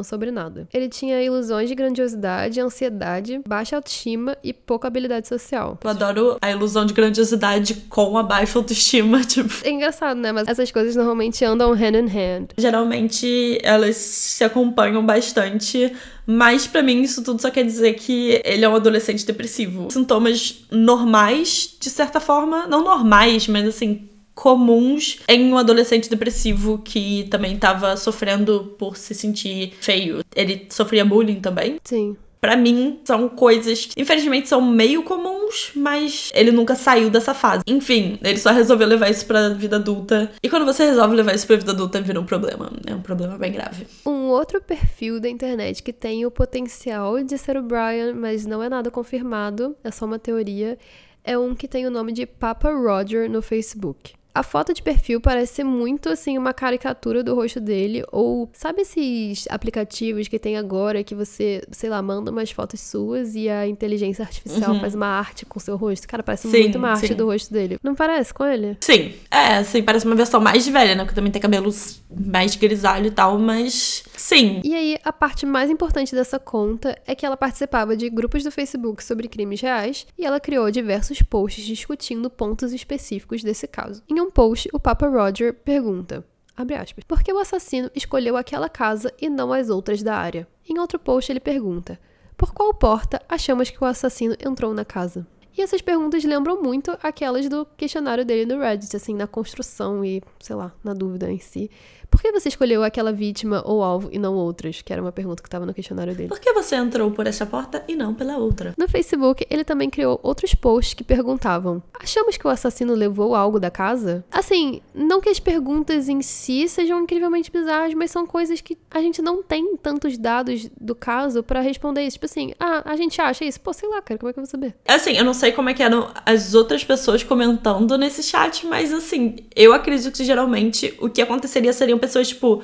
sobre nada. Ele tinha ilusões de grandiosidade, ansiedade, baixa autoestima e pouca habilidade social. Eu adoro a ilusão de grandiosidade com a baixa autoestima, tipo... É engraçado, né? Mas essas coisas normalmente andam hand in hand. Geralmente, elas se acompanham bastante, mas pra mim isso tudo só quer dizer que ele é um adolescente depressivo. Sintomas normais, de certa forma, não normais, mas assim, comuns em um adolescente depressivo que também tava sofrendo por se sentir feio. Ele sofria bullying também. Sim. Pra mim, são coisas que, infelizmente, são meio comuns, mas ele nunca saiu dessa fase. Enfim, ele só resolveu levar isso pra vida adulta. E quando você resolve levar isso pra vida adulta, vira um problema. É um problema bem grave. Um outro perfil da internet que tem o potencial de ser o Brian, mas não é nada confirmado, é só uma teoria, é um que tem o nome de Papa Roger no Facebook. A foto de perfil parece ser muito, assim, uma caricatura do rosto dele, ou sabe esses aplicativos que tem agora que você, sei lá, manda umas fotos suas e a inteligência artificial faz uma arte com o seu rosto? Cara, parece muito uma arte do rosto dele. Não parece com ele? Sim. Assim, parece uma versão mais velha, né? Porque também tem cabelos mais grisalho e tal, mas sim. E aí, a parte mais importante dessa conta é que ela participava de grupos do Facebook sobre crimes reais e ela criou diversos posts discutindo pontos específicos desse caso. Em um post, o Papa Roger pergunta, abre aspas, por que o assassino escolheu aquela casa e não as outras da área? Em outro post, ele pergunta, por qual porta achamos que o assassino entrou na casa? E essas perguntas lembram muito aquelas do questionário dele no Reddit, assim, na construção e, sei lá, na dúvida em si. Por que você escolheu aquela vítima ou alvo e não outras? Que era uma pergunta que estava no questionário dele. Por que você entrou por essa porta e não pela outra? No Facebook, ele também criou outros posts que perguntavam, achamos que o assassino levou algo da casa? Assim, não que as perguntas em si sejam incrivelmente bizarras, mas são coisas que a gente não tem tantos dados do caso pra responder isso. Tipo assim, a gente acha isso? Pô, sei lá, cara, como é que eu vou saber? Assim, eu não sei como é que eram as outras pessoas comentando nesse chat, mas assim, eu acredito que geralmente o que aconteceria seriam pessoas tipo,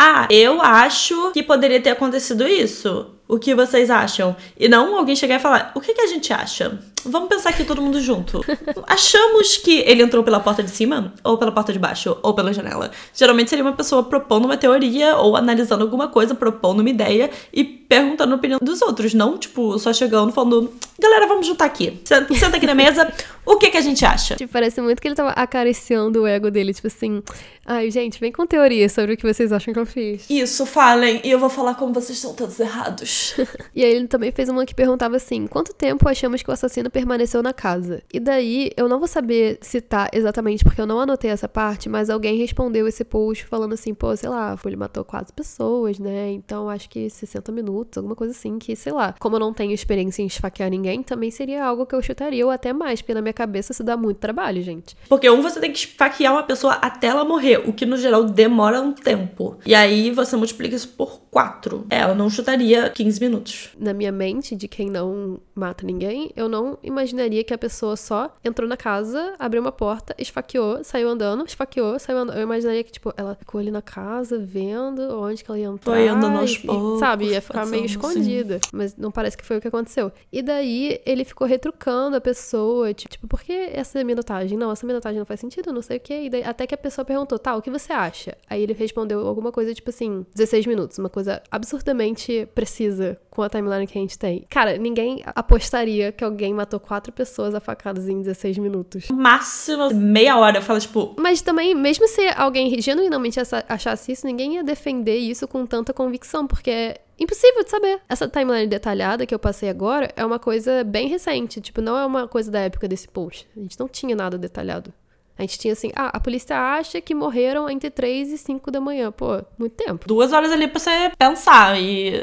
eu acho que poderia ter acontecido isso. O que vocês acham? E não alguém chegar e falar, o que a gente acha? Vamos pensar aqui todo mundo junto. Achamos que ele entrou pela porta de cima? Ou pela porta de baixo? Ou pela janela? Geralmente seria uma pessoa propondo uma teoria ou analisando alguma coisa, propondo uma ideia e perguntando a opinião dos outros. Não, tipo, só chegando falando, galera, vamos juntar aqui. Senta aqui na mesa, o que a gente acha? Tipo, parece muito que ele tava acariciando o ego dele, tipo assim, ai, gente, vem com teoria sobre o que vocês acham que eu fiz. Isso, falem, e eu vou falar como vocês estão todos errados. E aí ele também fez uma que perguntava assim, quanto tempo achamos que o assassino permaneceu na casa? E daí, eu não vou saber citar exatamente, porque eu não anotei essa parte, mas alguém respondeu esse post falando assim, pô, sei lá, ele matou 4 pessoas, né? Então acho que 60 minutos, alguma coisa assim, que, sei lá, como eu não tenho experiência em esfaquear ninguém, também seria algo que eu chutaria ou até mais, porque na minha cabeça isso dá muito trabalho, gente. Porque você tem que esfaquear uma pessoa até ela morrer, o que no geral demora um tempo. E aí você multiplica isso por 4. Eu não chutaria 15 minutos. Na minha mente, de quem não mata ninguém, eu não imaginaria que a pessoa só entrou na casa, abriu uma porta, esfaqueou, saiu andando, esfaqueou, saiu andando. Eu imaginaria que, tipo, ela ficou ali na casa, vendo onde que ela ia entrar. Foi andando aos poucos. Sabe, ia ficar meio escondida. Sim. Mas não parece que foi o que aconteceu. E daí, ele ficou retrucando a pessoa, tipo, por que essa minutagem? Não, essa minutagem não faz sentido, não sei o quê. E daí, até que a pessoa perguntou, tá, o que você acha? Aí ele respondeu alguma coisa, tipo assim, 16 minutos. Uma coisa absurdamente precisa com a timeline que a gente tem. Cara, ninguém apostaria que alguém matou 4 pessoas a facadas em 16 minutos. Máximo meia hora, eu falo, tipo... Mas também, mesmo se alguém genuinamente achasse isso, ninguém ia defender isso com tanta convicção, porque é impossível de saber. Essa timeline detalhada que eu passei agora é uma coisa bem recente, tipo, não é uma coisa da época desse post. A gente não tinha nada detalhado. A gente tinha assim, a polícia acha que morreram entre 3 e 5 da manhã. Pô, muito tempo. 2 horas ali pra você pensar e...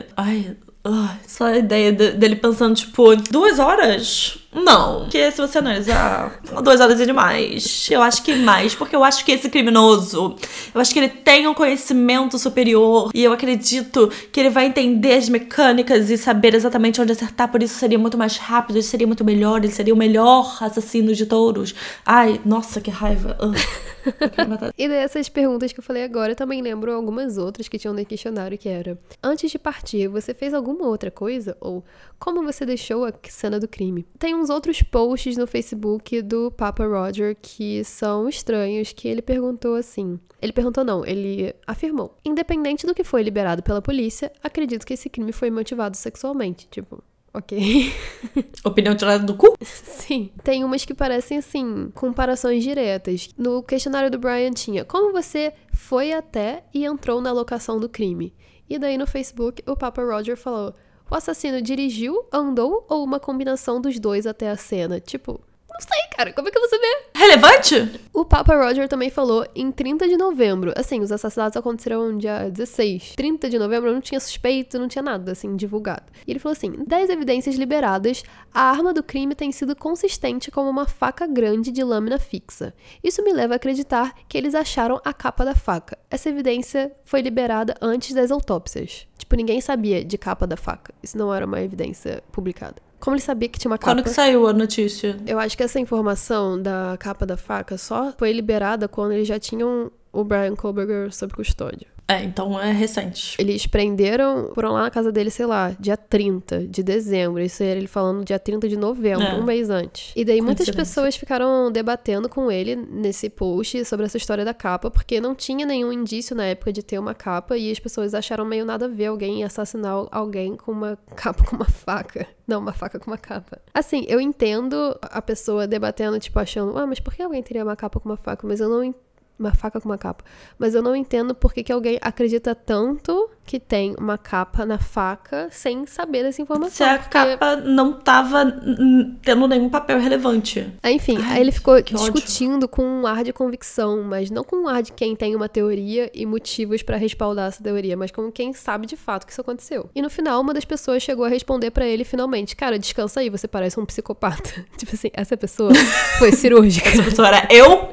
só a ideia dele pensando, tipo, 2 horas? Não. Porque se você analisar, 2 horas é demais. Eu acho que mais, porque eu acho que esse criminoso, eu acho que ele tem um conhecimento superior e eu acredito que ele vai entender as mecânicas e saber exatamente onde acertar, por isso seria muito mais rápido, ele seria muito melhor, ele seria o melhor assassino de touros. Ai, nossa, que raiva. E dessas perguntas que eu falei agora, eu também lembro algumas outras que tinham no questionário, que era: antes de partir, você fez alguma outra coisa? Ou como você deixou a cena do crime? Tem uns uns outros posts no Facebook do Papa Roger que são estranhos, que ele perguntou assim... Ele perguntou não, ele afirmou. Independente do que foi liberado pela polícia, acredito que esse crime foi motivado sexualmente. Tipo, ok. Opinião tirada do cu? Sim. Tem umas que parecem, assim, comparações diretas. No questionário do Brian tinha: como você foi até e entrou na locação do crime? E daí no Facebook o Papa Roger falou: o assassino dirigiu, andou ou uma combinação dos dois até a cena? Tipo... Não sei, cara. Como é que você vê? Relevante? O Papa Roger também falou em 30 de novembro. Assim, os assassinatos aconteceram dia 16. 30 de novembro não tinha suspeito, não tinha nada, assim, divulgado. E ele falou assim: 10 evidências liberadas, a arma do crime tem sido consistente como uma faca grande de lâmina fixa. Isso me leva a acreditar que eles acharam a capa da faca. Essa evidência foi liberada antes das autópsias. Tipo, ninguém sabia de capa da faca. Isso não era uma evidência publicada. Como ele sabia que tinha uma capa? Quando que saiu a notícia? Eu acho que essa informação da capa da faca só foi liberada quando eles já tinham o Bryan Kohberger sob custódia. Então é recente. Eles prenderam, foram lá na casa dele, sei lá, dia 30 de dezembro. Isso era ele falando dia 30 de novembro, um mês antes. E daí muitas pessoas ficaram debatendo com ele nesse post sobre essa história da capa, porque não tinha nenhum indício na época de ter uma capa e as pessoas acharam meio nada a ver alguém assassinar alguém com uma capa com uma faca. Não, uma faca com uma capa. Assim, eu entendo a pessoa debatendo, tipo, achando, mas por que alguém teria uma capa com uma faca? Mas eu não entendo. Uma faca com uma capa. Mas eu não entendo por que alguém acredita tanto que tem uma capa na faca sem saber dessa informação. Se a capa não tava tendo nenhum papel relevante. Enfim, aí ele ficou discutindo ódio. Com um ar de convicção, mas não com um ar de quem tem uma teoria e motivos pra respaldar essa teoria, mas como quem sabe de fato que isso aconteceu. E no final, uma das pessoas chegou a responder pra ele finalmente: cara, descansa aí, você parece um psicopata. Tipo assim, essa pessoa foi cirúrgica. Essa pessoa era eu?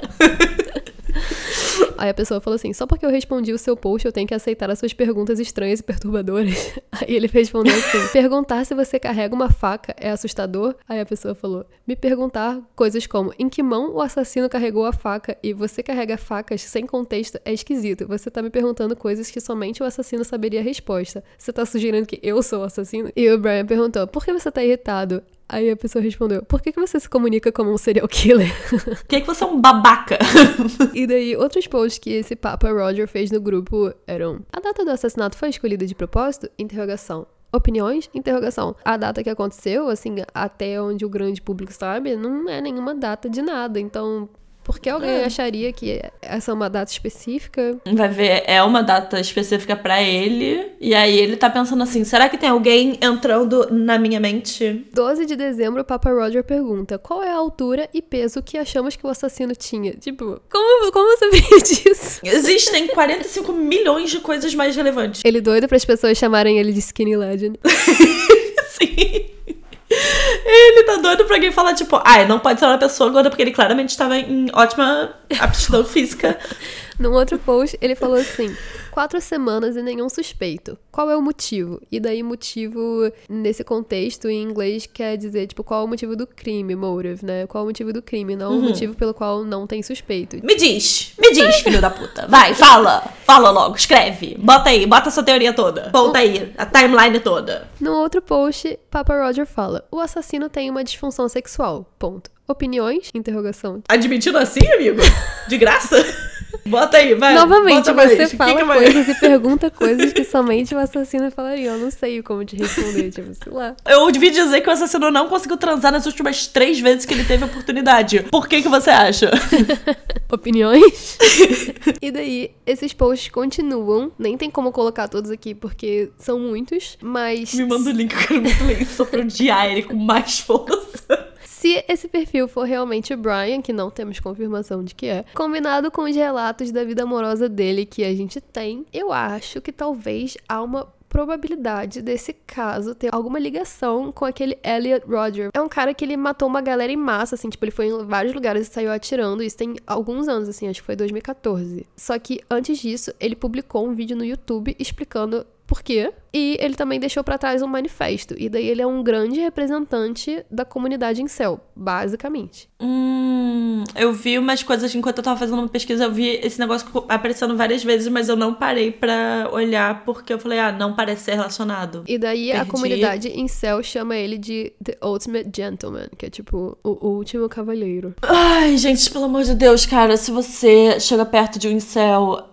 Aí a pessoa falou assim: só porque eu respondi o seu post, eu tenho que aceitar as suas perguntas estranhas e perturbadoras. Aí ele respondeu assim: perguntar se você carrega uma faca é assustador? Aí a pessoa falou: me perguntar coisas como em que mão o assassino carregou a faca e você carrega facas sem contexto é esquisito. Você tá me perguntando coisas que somente o assassino saberia a resposta. Você tá sugerindo que eu sou o assassino? E o Brian perguntou: por que você tá irritado? Aí a pessoa respondeu: por que você se comunica como um serial killer? Por que você é um babaca? E daí, outros posts que esse Papa Roger fez no grupo eram: a data do assassinato foi escolhida de propósito? Interrogação. Opiniões? Interrogação. A data que aconteceu, assim, até onde o grande público sabe, não é nenhuma data de nada. Então... por que alguém acharia que essa é uma data específica? Vai ver, é uma data específica pra ele. E aí ele tá pensando assim: será que tem alguém entrando na minha mente? 12 de dezembro, o Papa Roger pergunta: qual é a altura e peso que achamos que o assassino tinha? Tipo, como você viu disso? Existem 45 milhões de coisas mais relevantes. Ele doido para as pessoas chamarem ele de Skinny Legend. Sim. Ele tá doido pra alguém falar, tipo, não pode ser uma pessoa gorda, porque ele claramente estava em ótima aptidão física. Num outro post, ele falou assim: 4 semanas e nenhum suspeito. Qual é o motivo? E daí, motivo, nesse contexto, em inglês, quer dizer, tipo, qual é o motivo do crime, motive, né? Qual é o motivo do crime, não o motivo pelo qual não tem suspeito. Me diz, filho da puta. Vai, fala logo, escreve. Bota essa teoria toda. Conta aí, a timeline toda. No outro post, Papa Roger fala: o assassino tem uma disfunção sexual, ponto. Opiniões? Interrogação. Admitindo assim, amigo? De graça? Bota aí, vai. Novamente, você fala coisas e pergunta coisas que somente o assassino falaria. Eu não sei como te responder, tipo, sei lá. Eu ouvi dizer que o assassino não conseguiu transar nas últimas 3 vezes que ele teve a oportunidade. Por que você acha? Opiniões? E daí, esses posts continuam. Nem tem como colocar todos aqui, porque são muitos, mas... me manda o link, eu quero muito ler isso só pra odiar ele com mais força. Se esse perfil for realmente o Brian, que não temos confirmação de que é, combinado com os relatos da vida amorosa dele que a gente tem, eu acho que talvez há uma probabilidade desse caso ter alguma ligação com aquele Elliot Rodger. É um cara que ele matou uma galera em massa, assim, tipo, ele foi em vários lugares e saiu atirando. Isso tem alguns anos, assim, acho que foi 2014. Só que antes disso, ele publicou um vídeo no YouTube explicando por quê. E ele também deixou pra trás um manifesto. E daí ele é um grande representante da comunidade incel, basicamente. Eu vi umas coisas enquanto eu tava fazendo uma pesquisa, eu vi esse negócio aparecendo várias vezes, mas eu não parei pra olhar, porque eu falei, não parece ser relacionado. E daí a comunidade incel chama ele de The Ultimate Gentleman, que é tipo, o último cavalheiro. Ai, gente, pelo amor de Deus, cara, se você chega perto de um incel,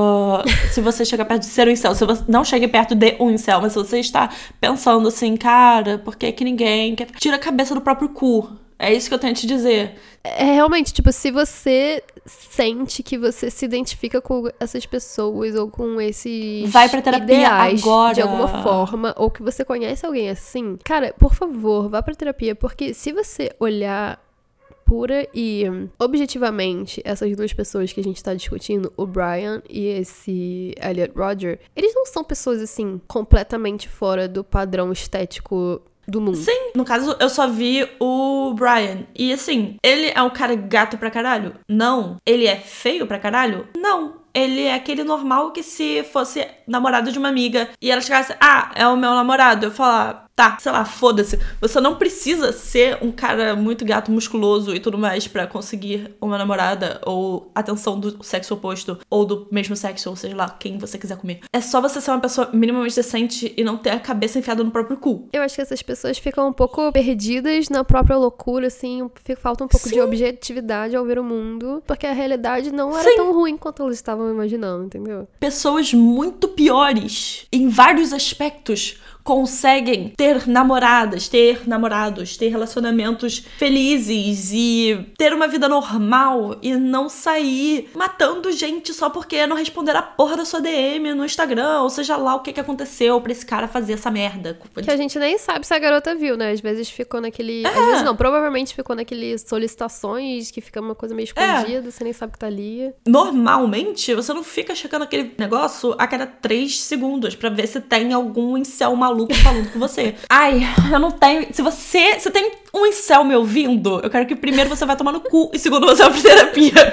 se você chega perto de ser um incel, se você não chega perto de um incel, mas se você está pensando assim, cara, por que ninguém quer... Tira a cabeça do próprio cu. É isso que eu tenho a te dizer. É realmente, tipo, se você sente que você se identifica com essas pessoas ou com esses vai pra terapia ideais agora. De alguma forma, ou que você conhece alguém assim, cara, por favor, vá pra terapia, porque se você olhar pura e objetivamente essas duas pessoas que a gente tá discutindo, o Brian e esse Elliot Rodger, eles não são pessoas assim completamente fora do padrão estético do mundo. Sim, no caso eu só vi o Brian. E assim, ele é um cara gato pra caralho? Não. Ele é feio pra caralho? Não. Ele é aquele normal que se fosse namorado de uma amiga e ela chegasse, é o meu namorado, eu falar, tá, sei lá, foda-se. Você não precisa ser um cara muito gato, musculoso e tudo mais pra conseguir uma namorada ou atenção do sexo oposto ou do mesmo sexo, ou seja lá, quem você quiser comer. É só você ser uma pessoa minimamente decente e não ter a cabeça enfiada no próprio cu. Eu acho que essas pessoas ficam um pouco perdidas na própria loucura, assim, falta um pouco de objetividade ao ver o mundo, porque a realidade não era tão ruim quanto eles estavam imaginando, entendeu? Pessoas muito piores em vários aspectos conseguem ter namoradas, ter namorados, ter relacionamentos felizes e ter uma vida normal e não sair matando gente só porque não responder a porra da sua DM no Instagram, ou seja lá o que aconteceu pra esse cara fazer essa merda. Que a gente nem sabe se a garota viu, né? Às vezes ficou naquele... Às vezes não, provavelmente ficou naqueles solicitações que fica uma coisa meio escondida, você nem sabe que tá ali. Normalmente, você não fica checando aquele negócio a cada 3 segundos pra ver se tem algum incel maluco falando com você. Ai, eu não tenho... Se tem um incel me ouvindo, eu quero que primeiro você vai tomar no cu e segundo você vai pra terapia.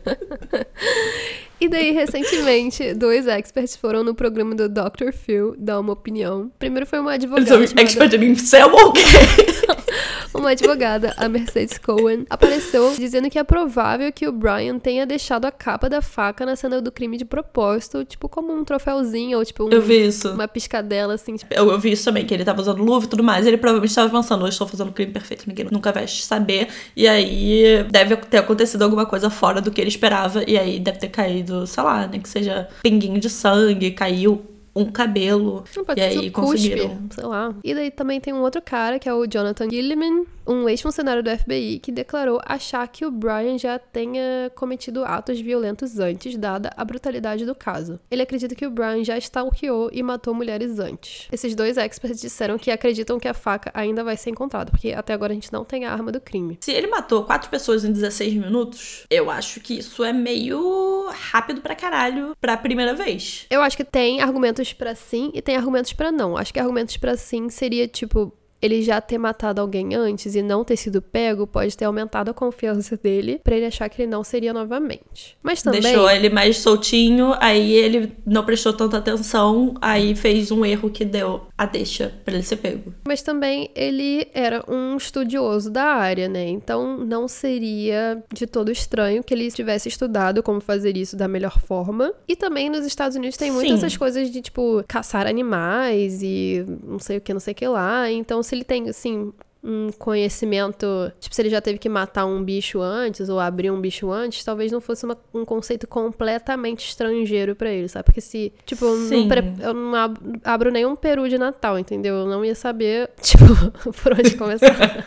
E daí, recentemente, 2 experts foram no programa do Dr. Phil dar uma opinião. Primeiro foi uma advogada chamada... Expert em incel ou quê? Uma advogada, a Mercedes Cohen, apareceu dizendo que é provável que o Brian tenha deixado a capa da faca na cena do crime de propósito, tipo como um troféuzinho, ou tipo eu vi isso. Uma piscadela, assim. Tipo... Eu vi isso também, que ele tava usando luva e tudo mais, e ele provavelmente tava pensando, eu estou fazendo o crime perfeito, ninguém nunca vai saber, e aí deve ter acontecido alguma coisa fora do que ele esperava, e aí deve ter caído, sei lá, nem que seja pinguinho de sangue, caiu um cabelo, e aí conseguiram. Sei lá. E daí também tem um outro cara, que é o Jonathan Gilliman, um ex-funcionário do FBI, que declarou achar que o Brian já tenha cometido atos violentos antes, dada a brutalidade do caso. Ele acredita que o Brian já stalkeou e matou mulheres antes. Esses 2 experts disseram que acreditam que a faca ainda vai ser encontrada, porque até agora a gente não tem a arma do crime. Se ele matou 4 pessoas em 16 minutos, eu acho que isso é meio rápido pra caralho pra primeira vez. Eu acho que tem argumentos pra sim e tem argumentos pra não. Acho que argumentos pra sim seria, tipo... ele já ter matado alguém antes e não ter sido pego pode ter aumentado a confiança dele pra ele achar que ele não seria novamente. Mas também... deixou ele mais soltinho, aí ele não prestou tanta atenção, aí fez um erro que deu a deixa pra ele ser pego. Mas também ele era um estudioso da área, né? Então não seria de todo estranho que ele tivesse estudado como fazer isso da melhor forma. E também nos Estados Unidos tem muitas essas coisas de, tipo, caçar animais e não sei o que lá. Então se ele tem, assim, um conhecimento... tipo, se ele já teve que matar um bicho antes ou abrir um bicho antes, talvez não fosse um conceito completamente estrangeiro pra ele, sabe? Porque se... tipo, eu não abro nenhum peru de Natal, entendeu? Eu não ia saber, tipo, por onde começar.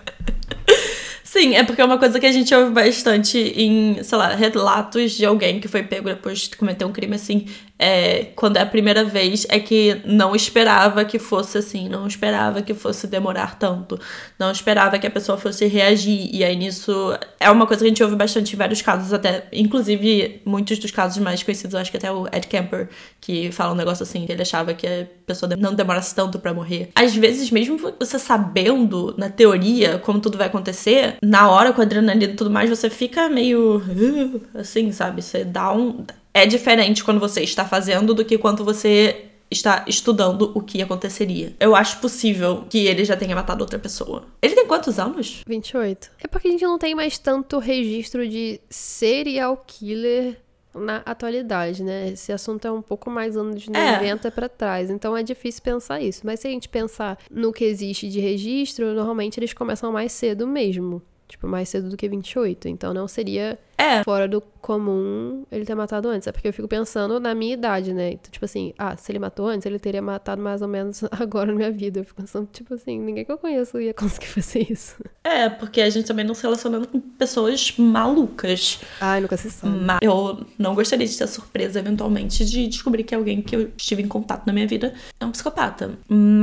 Sim, é porque é uma coisa que a gente ouve bastante em, sei lá, relatos de alguém que foi pego depois de cometer um crime, assim, quando é a primeira vez, é que não esperava que fosse assim, não esperava que fosse demorar tanto, não esperava que a pessoa fosse reagir, e aí nisso é uma coisa que a gente ouve bastante em vários casos, até, inclusive, muitos dos casos mais conhecidos, eu acho que até o Ed Kemper, que fala um negócio assim, que ele achava que a pessoa não demorasse tanto pra morrer. Às vezes, mesmo você sabendo, na teoria, como tudo vai acontecer, na hora, com a adrenalina e tudo mais, você fica meio... assim, sabe? Você dá um... É diferente quando você está fazendo do que quando você está estudando o que aconteceria. Eu acho possível que ele já tenha matado outra pessoa. Ele tem quantos anos? 28. É porque a gente não tem mais tanto registro de serial killer na atualidade, né? Esse assunto é um pouco mais anos 90 pra trás, então é difícil pensar isso. Mas se a gente pensar no que existe de registro, normalmente eles começam mais cedo mesmo. Tipo, mais cedo do que 28. Então não seria fora do comum ele ter matado antes. É porque eu fico pensando na minha idade, né? Então, tipo assim, se ele matou antes, ele teria matado mais ou menos agora na minha vida. Eu fico pensando, tipo assim, ninguém que eu conheço ia conseguir fazer isso. Porque a gente também não se relacionando com pessoas malucas. Ai, nunca se sabe. Mas eu não gostaria de ter a surpresa, eventualmente, de descobrir que alguém que eu estive em contato na minha vida é um psicopata.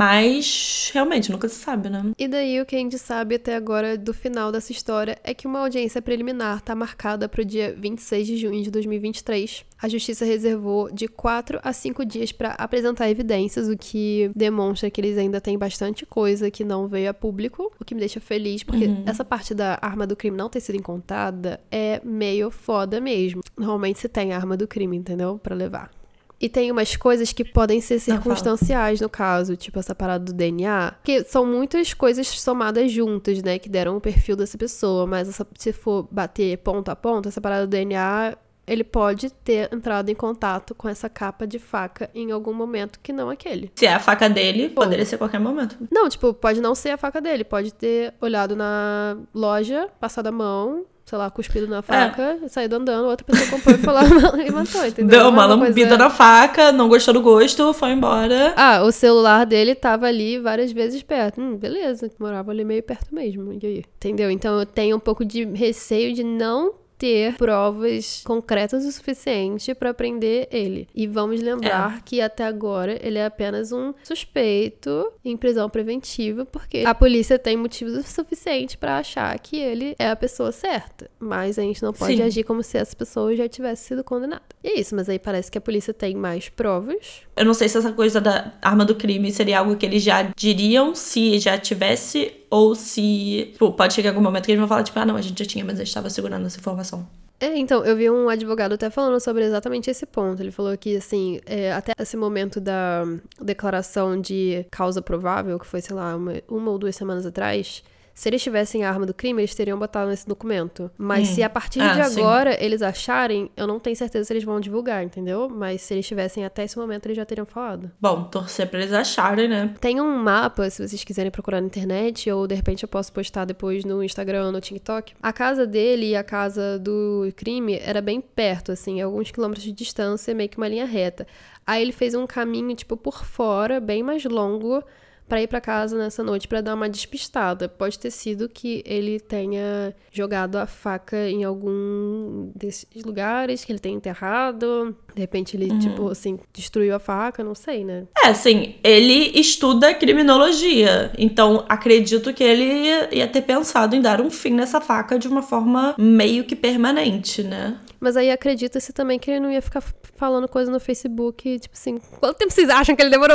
Mas, realmente, nunca se sabe, né? E daí, o que a gente sabe até agora do final dessa história é que uma audiência preliminar tá marcada pro dia 26 de junho de 2023. A justiça reservou de 4 a 5 dias para apresentar evidências, o que demonstra que eles ainda têm bastante coisa que não veio a público, o que me deixa feliz, porque essa parte da arma do crime não ter sido encontrada é meio foda mesmo. Normalmente se tem a arma do crime, entendeu? Pra levar. E tem umas coisas que podem ser circunstanciais no caso, tipo essa parada do DNA, que são muitas coisas somadas juntas, né, que deram o perfil dessa pessoa, mas se for bater ponto a ponto, essa parada do DNA, ele pode ter entrado em contato com essa capa de faca em algum momento que não aquele. Se é a faca dele, poderia ser a qualquer momento. Não, tipo, pode não ser a faca dele, pode ter olhado na loja, passado a mão, sei lá, cuspido na faca, saído andando, outra pessoa comprou e foi lá e matou, entendeu? Deu uma lambida na faca, não gostou do gosto, foi embora. O celular dele tava ali várias vezes perto. Beleza, morava ali meio perto mesmo, e aí? Entendeu? Então eu tenho um pouco de receio de não ter provas concretas o suficiente pra prender ele. E vamos lembrar que até agora ele é apenas um suspeito em prisão preventiva, porque a polícia tem motivos o suficiente pra achar que ele é a pessoa certa. Mas a gente não pode agir como se essa pessoa já tivesse sido condenada. E é isso, mas aí parece que a polícia tem mais provas. Eu não sei se essa coisa da arma do crime seria algo que eles já diriam se já tivesse, ou se pode chegar algum momento que eles vão falar, tipo, não, a gente já tinha, mas a gente estava segurando essa informação. Então, eu vi um advogado até falando sobre exatamente esse ponto. Ele falou que, assim, até esse momento da declaração de causa provável, que foi, sei lá, uma ou 2 semanas atrás, se eles tivessem a arma do crime, eles teriam botado nesse documento. Mas se a partir de agora eles acharem, eu não tenho certeza se eles vão divulgar, entendeu? Mas se eles tivessem até esse momento, eles já teriam falado. Bom, torcer pra eles acharem, né? Tem um mapa, se vocês quiserem procurar na internet, ou de repente eu posso postar depois no Instagram, no TikTok. A casa dele e a casa do crime era bem perto, assim, alguns quilômetros de distância, meio que uma linha reta. Aí ele fez um caminho, tipo, por fora, bem mais longo, pra ir pra casa nessa noite pra dar uma despistada. Pode ter sido que ele tenha jogado a faca em algum desses lugares que ele tenha enterrado. De repente ele, tipo, assim, destruiu a faca, não sei, né? Assim, ele estuda criminologia. Então, acredito que ele ia ter pensado em dar um fim nessa faca de uma forma meio que permanente, né? Mas aí acredita-se também que ele não ia ficar falando coisa no Facebook, tipo assim, quanto tempo vocês acham que ele demorou?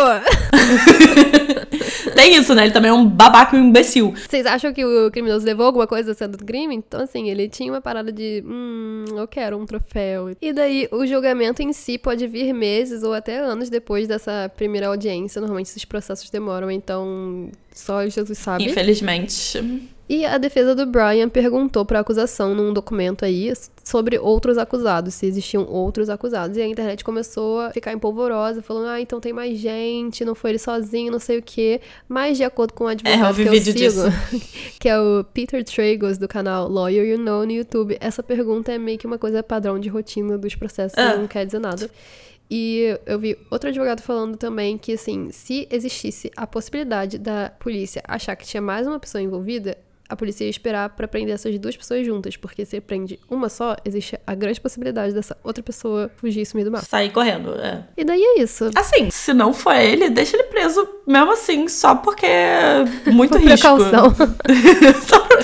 Tem isso, né? Ele também é um babaca e um imbecil. Vocês acham que o criminoso levou alguma coisa sendo do crime? Então, assim, ele tinha uma parada de, eu quero um troféu. E daí, o julgamento em si pode vir meses ou até anos depois dessa primeira audiência. Normalmente, esses processos demoram, então só Jesus sabe. Infelizmente. E a defesa do Brian perguntou para a acusação num documento aí sobre outros acusados, se existiam outros acusados. E a internet começou a ficar empolvorosa, falando, então tem mais gente, não foi ele sozinho, não sei o quê. Mas de acordo com o advogado que eu sigo, que é o Peter Tragos, do canal Lawyer You Know no YouTube, essa pergunta é meio que uma coisa padrão de rotina dos processos, não quer dizer nada. E eu vi outro advogado falando também que, assim, se existisse a possibilidade da polícia achar que tinha mais uma pessoa envolvida, a polícia ia esperar pra prender essas 2 pessoas juntas, porque se prende uma só, existe a grande possibilidade dessa outra pessoa fugir e sumir do mapa. Sair correndo, E daí é isso. Assim, se não for ele, deixa ele preso mesmo assim, só porque é muito por risco. precaução. Só por precaução.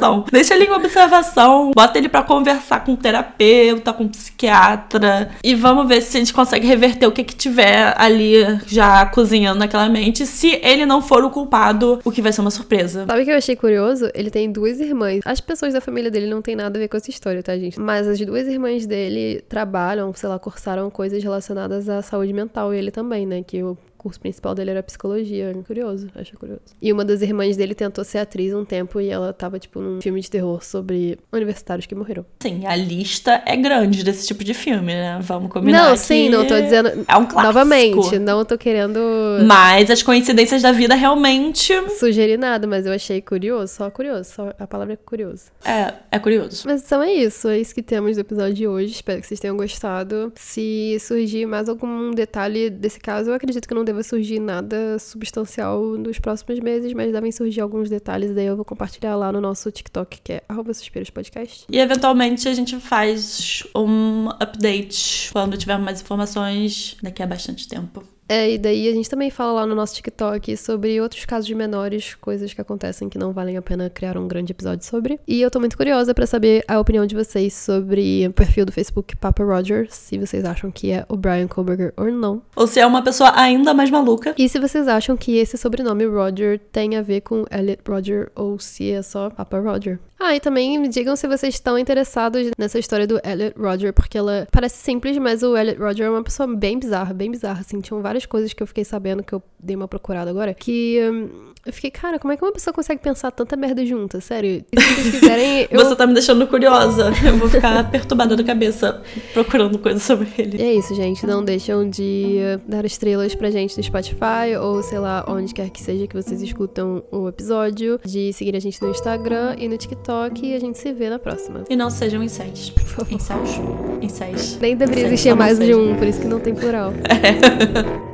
observação. Deixa ele em observação, bota ele pra conversar com um terapeuta, com um psiquiatra, e vamos ver se a gente consegue reverter o que tiver ali já cozinhando naquela mente. Se ele não for o culpado, o que vai ser uma surpresa. Sabe o que eu achei curioso? Ele tem 2 irmãs. As pessoas da família dele não tem nada a ver com essa história, tá, gente? Mas as 2 irmãs dele trabalham, sei lá, cursaram coisas relacionadas à saúde mental. E ele também, né? Que o curso principal dele era psicologia. Curioso, acho curioso. E uma das irmãs dele tentou ser atriz um tempo e ela tava, tipo, num filme de terror sobre universitários que morreram. Sim, a lista é grande desse tipo de filme, né? Vamos combinar. Não, sim, não tô dizendo... É um clássico. Novamente, não tô querendo... Mas as coincidências da vida realmente... Sugerir nada, mas eu achei curioso, só a palavra é curioso. É curioso. Mas então é isso que temos do episódio de hoje. Espero que vocês tenham gostado. Se surgir mais algum detalhe desse caso, eu acredito que não deva surgir nada substancial nos próximos meses, mas devem surgir alguns detalhes, daí eu vou compartilhar lá no nosso TikTok, que é @suspirospodcast. E eventualmente a gente faz um update quando tiver mais informações daqui a bastante tempo. E daí a gente também fala lá no nosso TikTok sobre outros casos menores, coisas que acontecem que não valem a pena criar um grande episódio sobre. E eu tô muito curiosa pra saber a opinião de vocês sobre o perfil do Facebook Papa Roger, se vocês acham que é o Bryan Kohberger ou não. Ou se é uma pessoa ainda mais maluca. E se vocês acham que esse sobrenome Roger tem a ver com Elliot Rodger ou se é só Papa Roger. E também me digam se vocês estão interessados nessa história do Elliot Rodger, porque ela parece simples, mas o Elliot Rodger é uma pessoa bem bizarra, assim. Tinham várias coisas que eu fiquei sabendo, que eu dei uma procurada agora, que eu fiquei, cara, como é que uma pessoa consegue pensar tanta merda junta? Sério, e se vocês quiserem... Você tá me deixando curiosa. Eu vou ficar perturbada da cabeça procurando coisas sobre ele. E é isso, gente. Não deixam de dar estrelas pra gente no Spotify ou, sei lá, onde quer que seja que vocês escutam o episódio, de seguir a gente no Instagram e no TikTok, e a gente se vê na próxima. E não sejam incels. Incels. Nem deveria existir mais de um, por isso que não tem plural.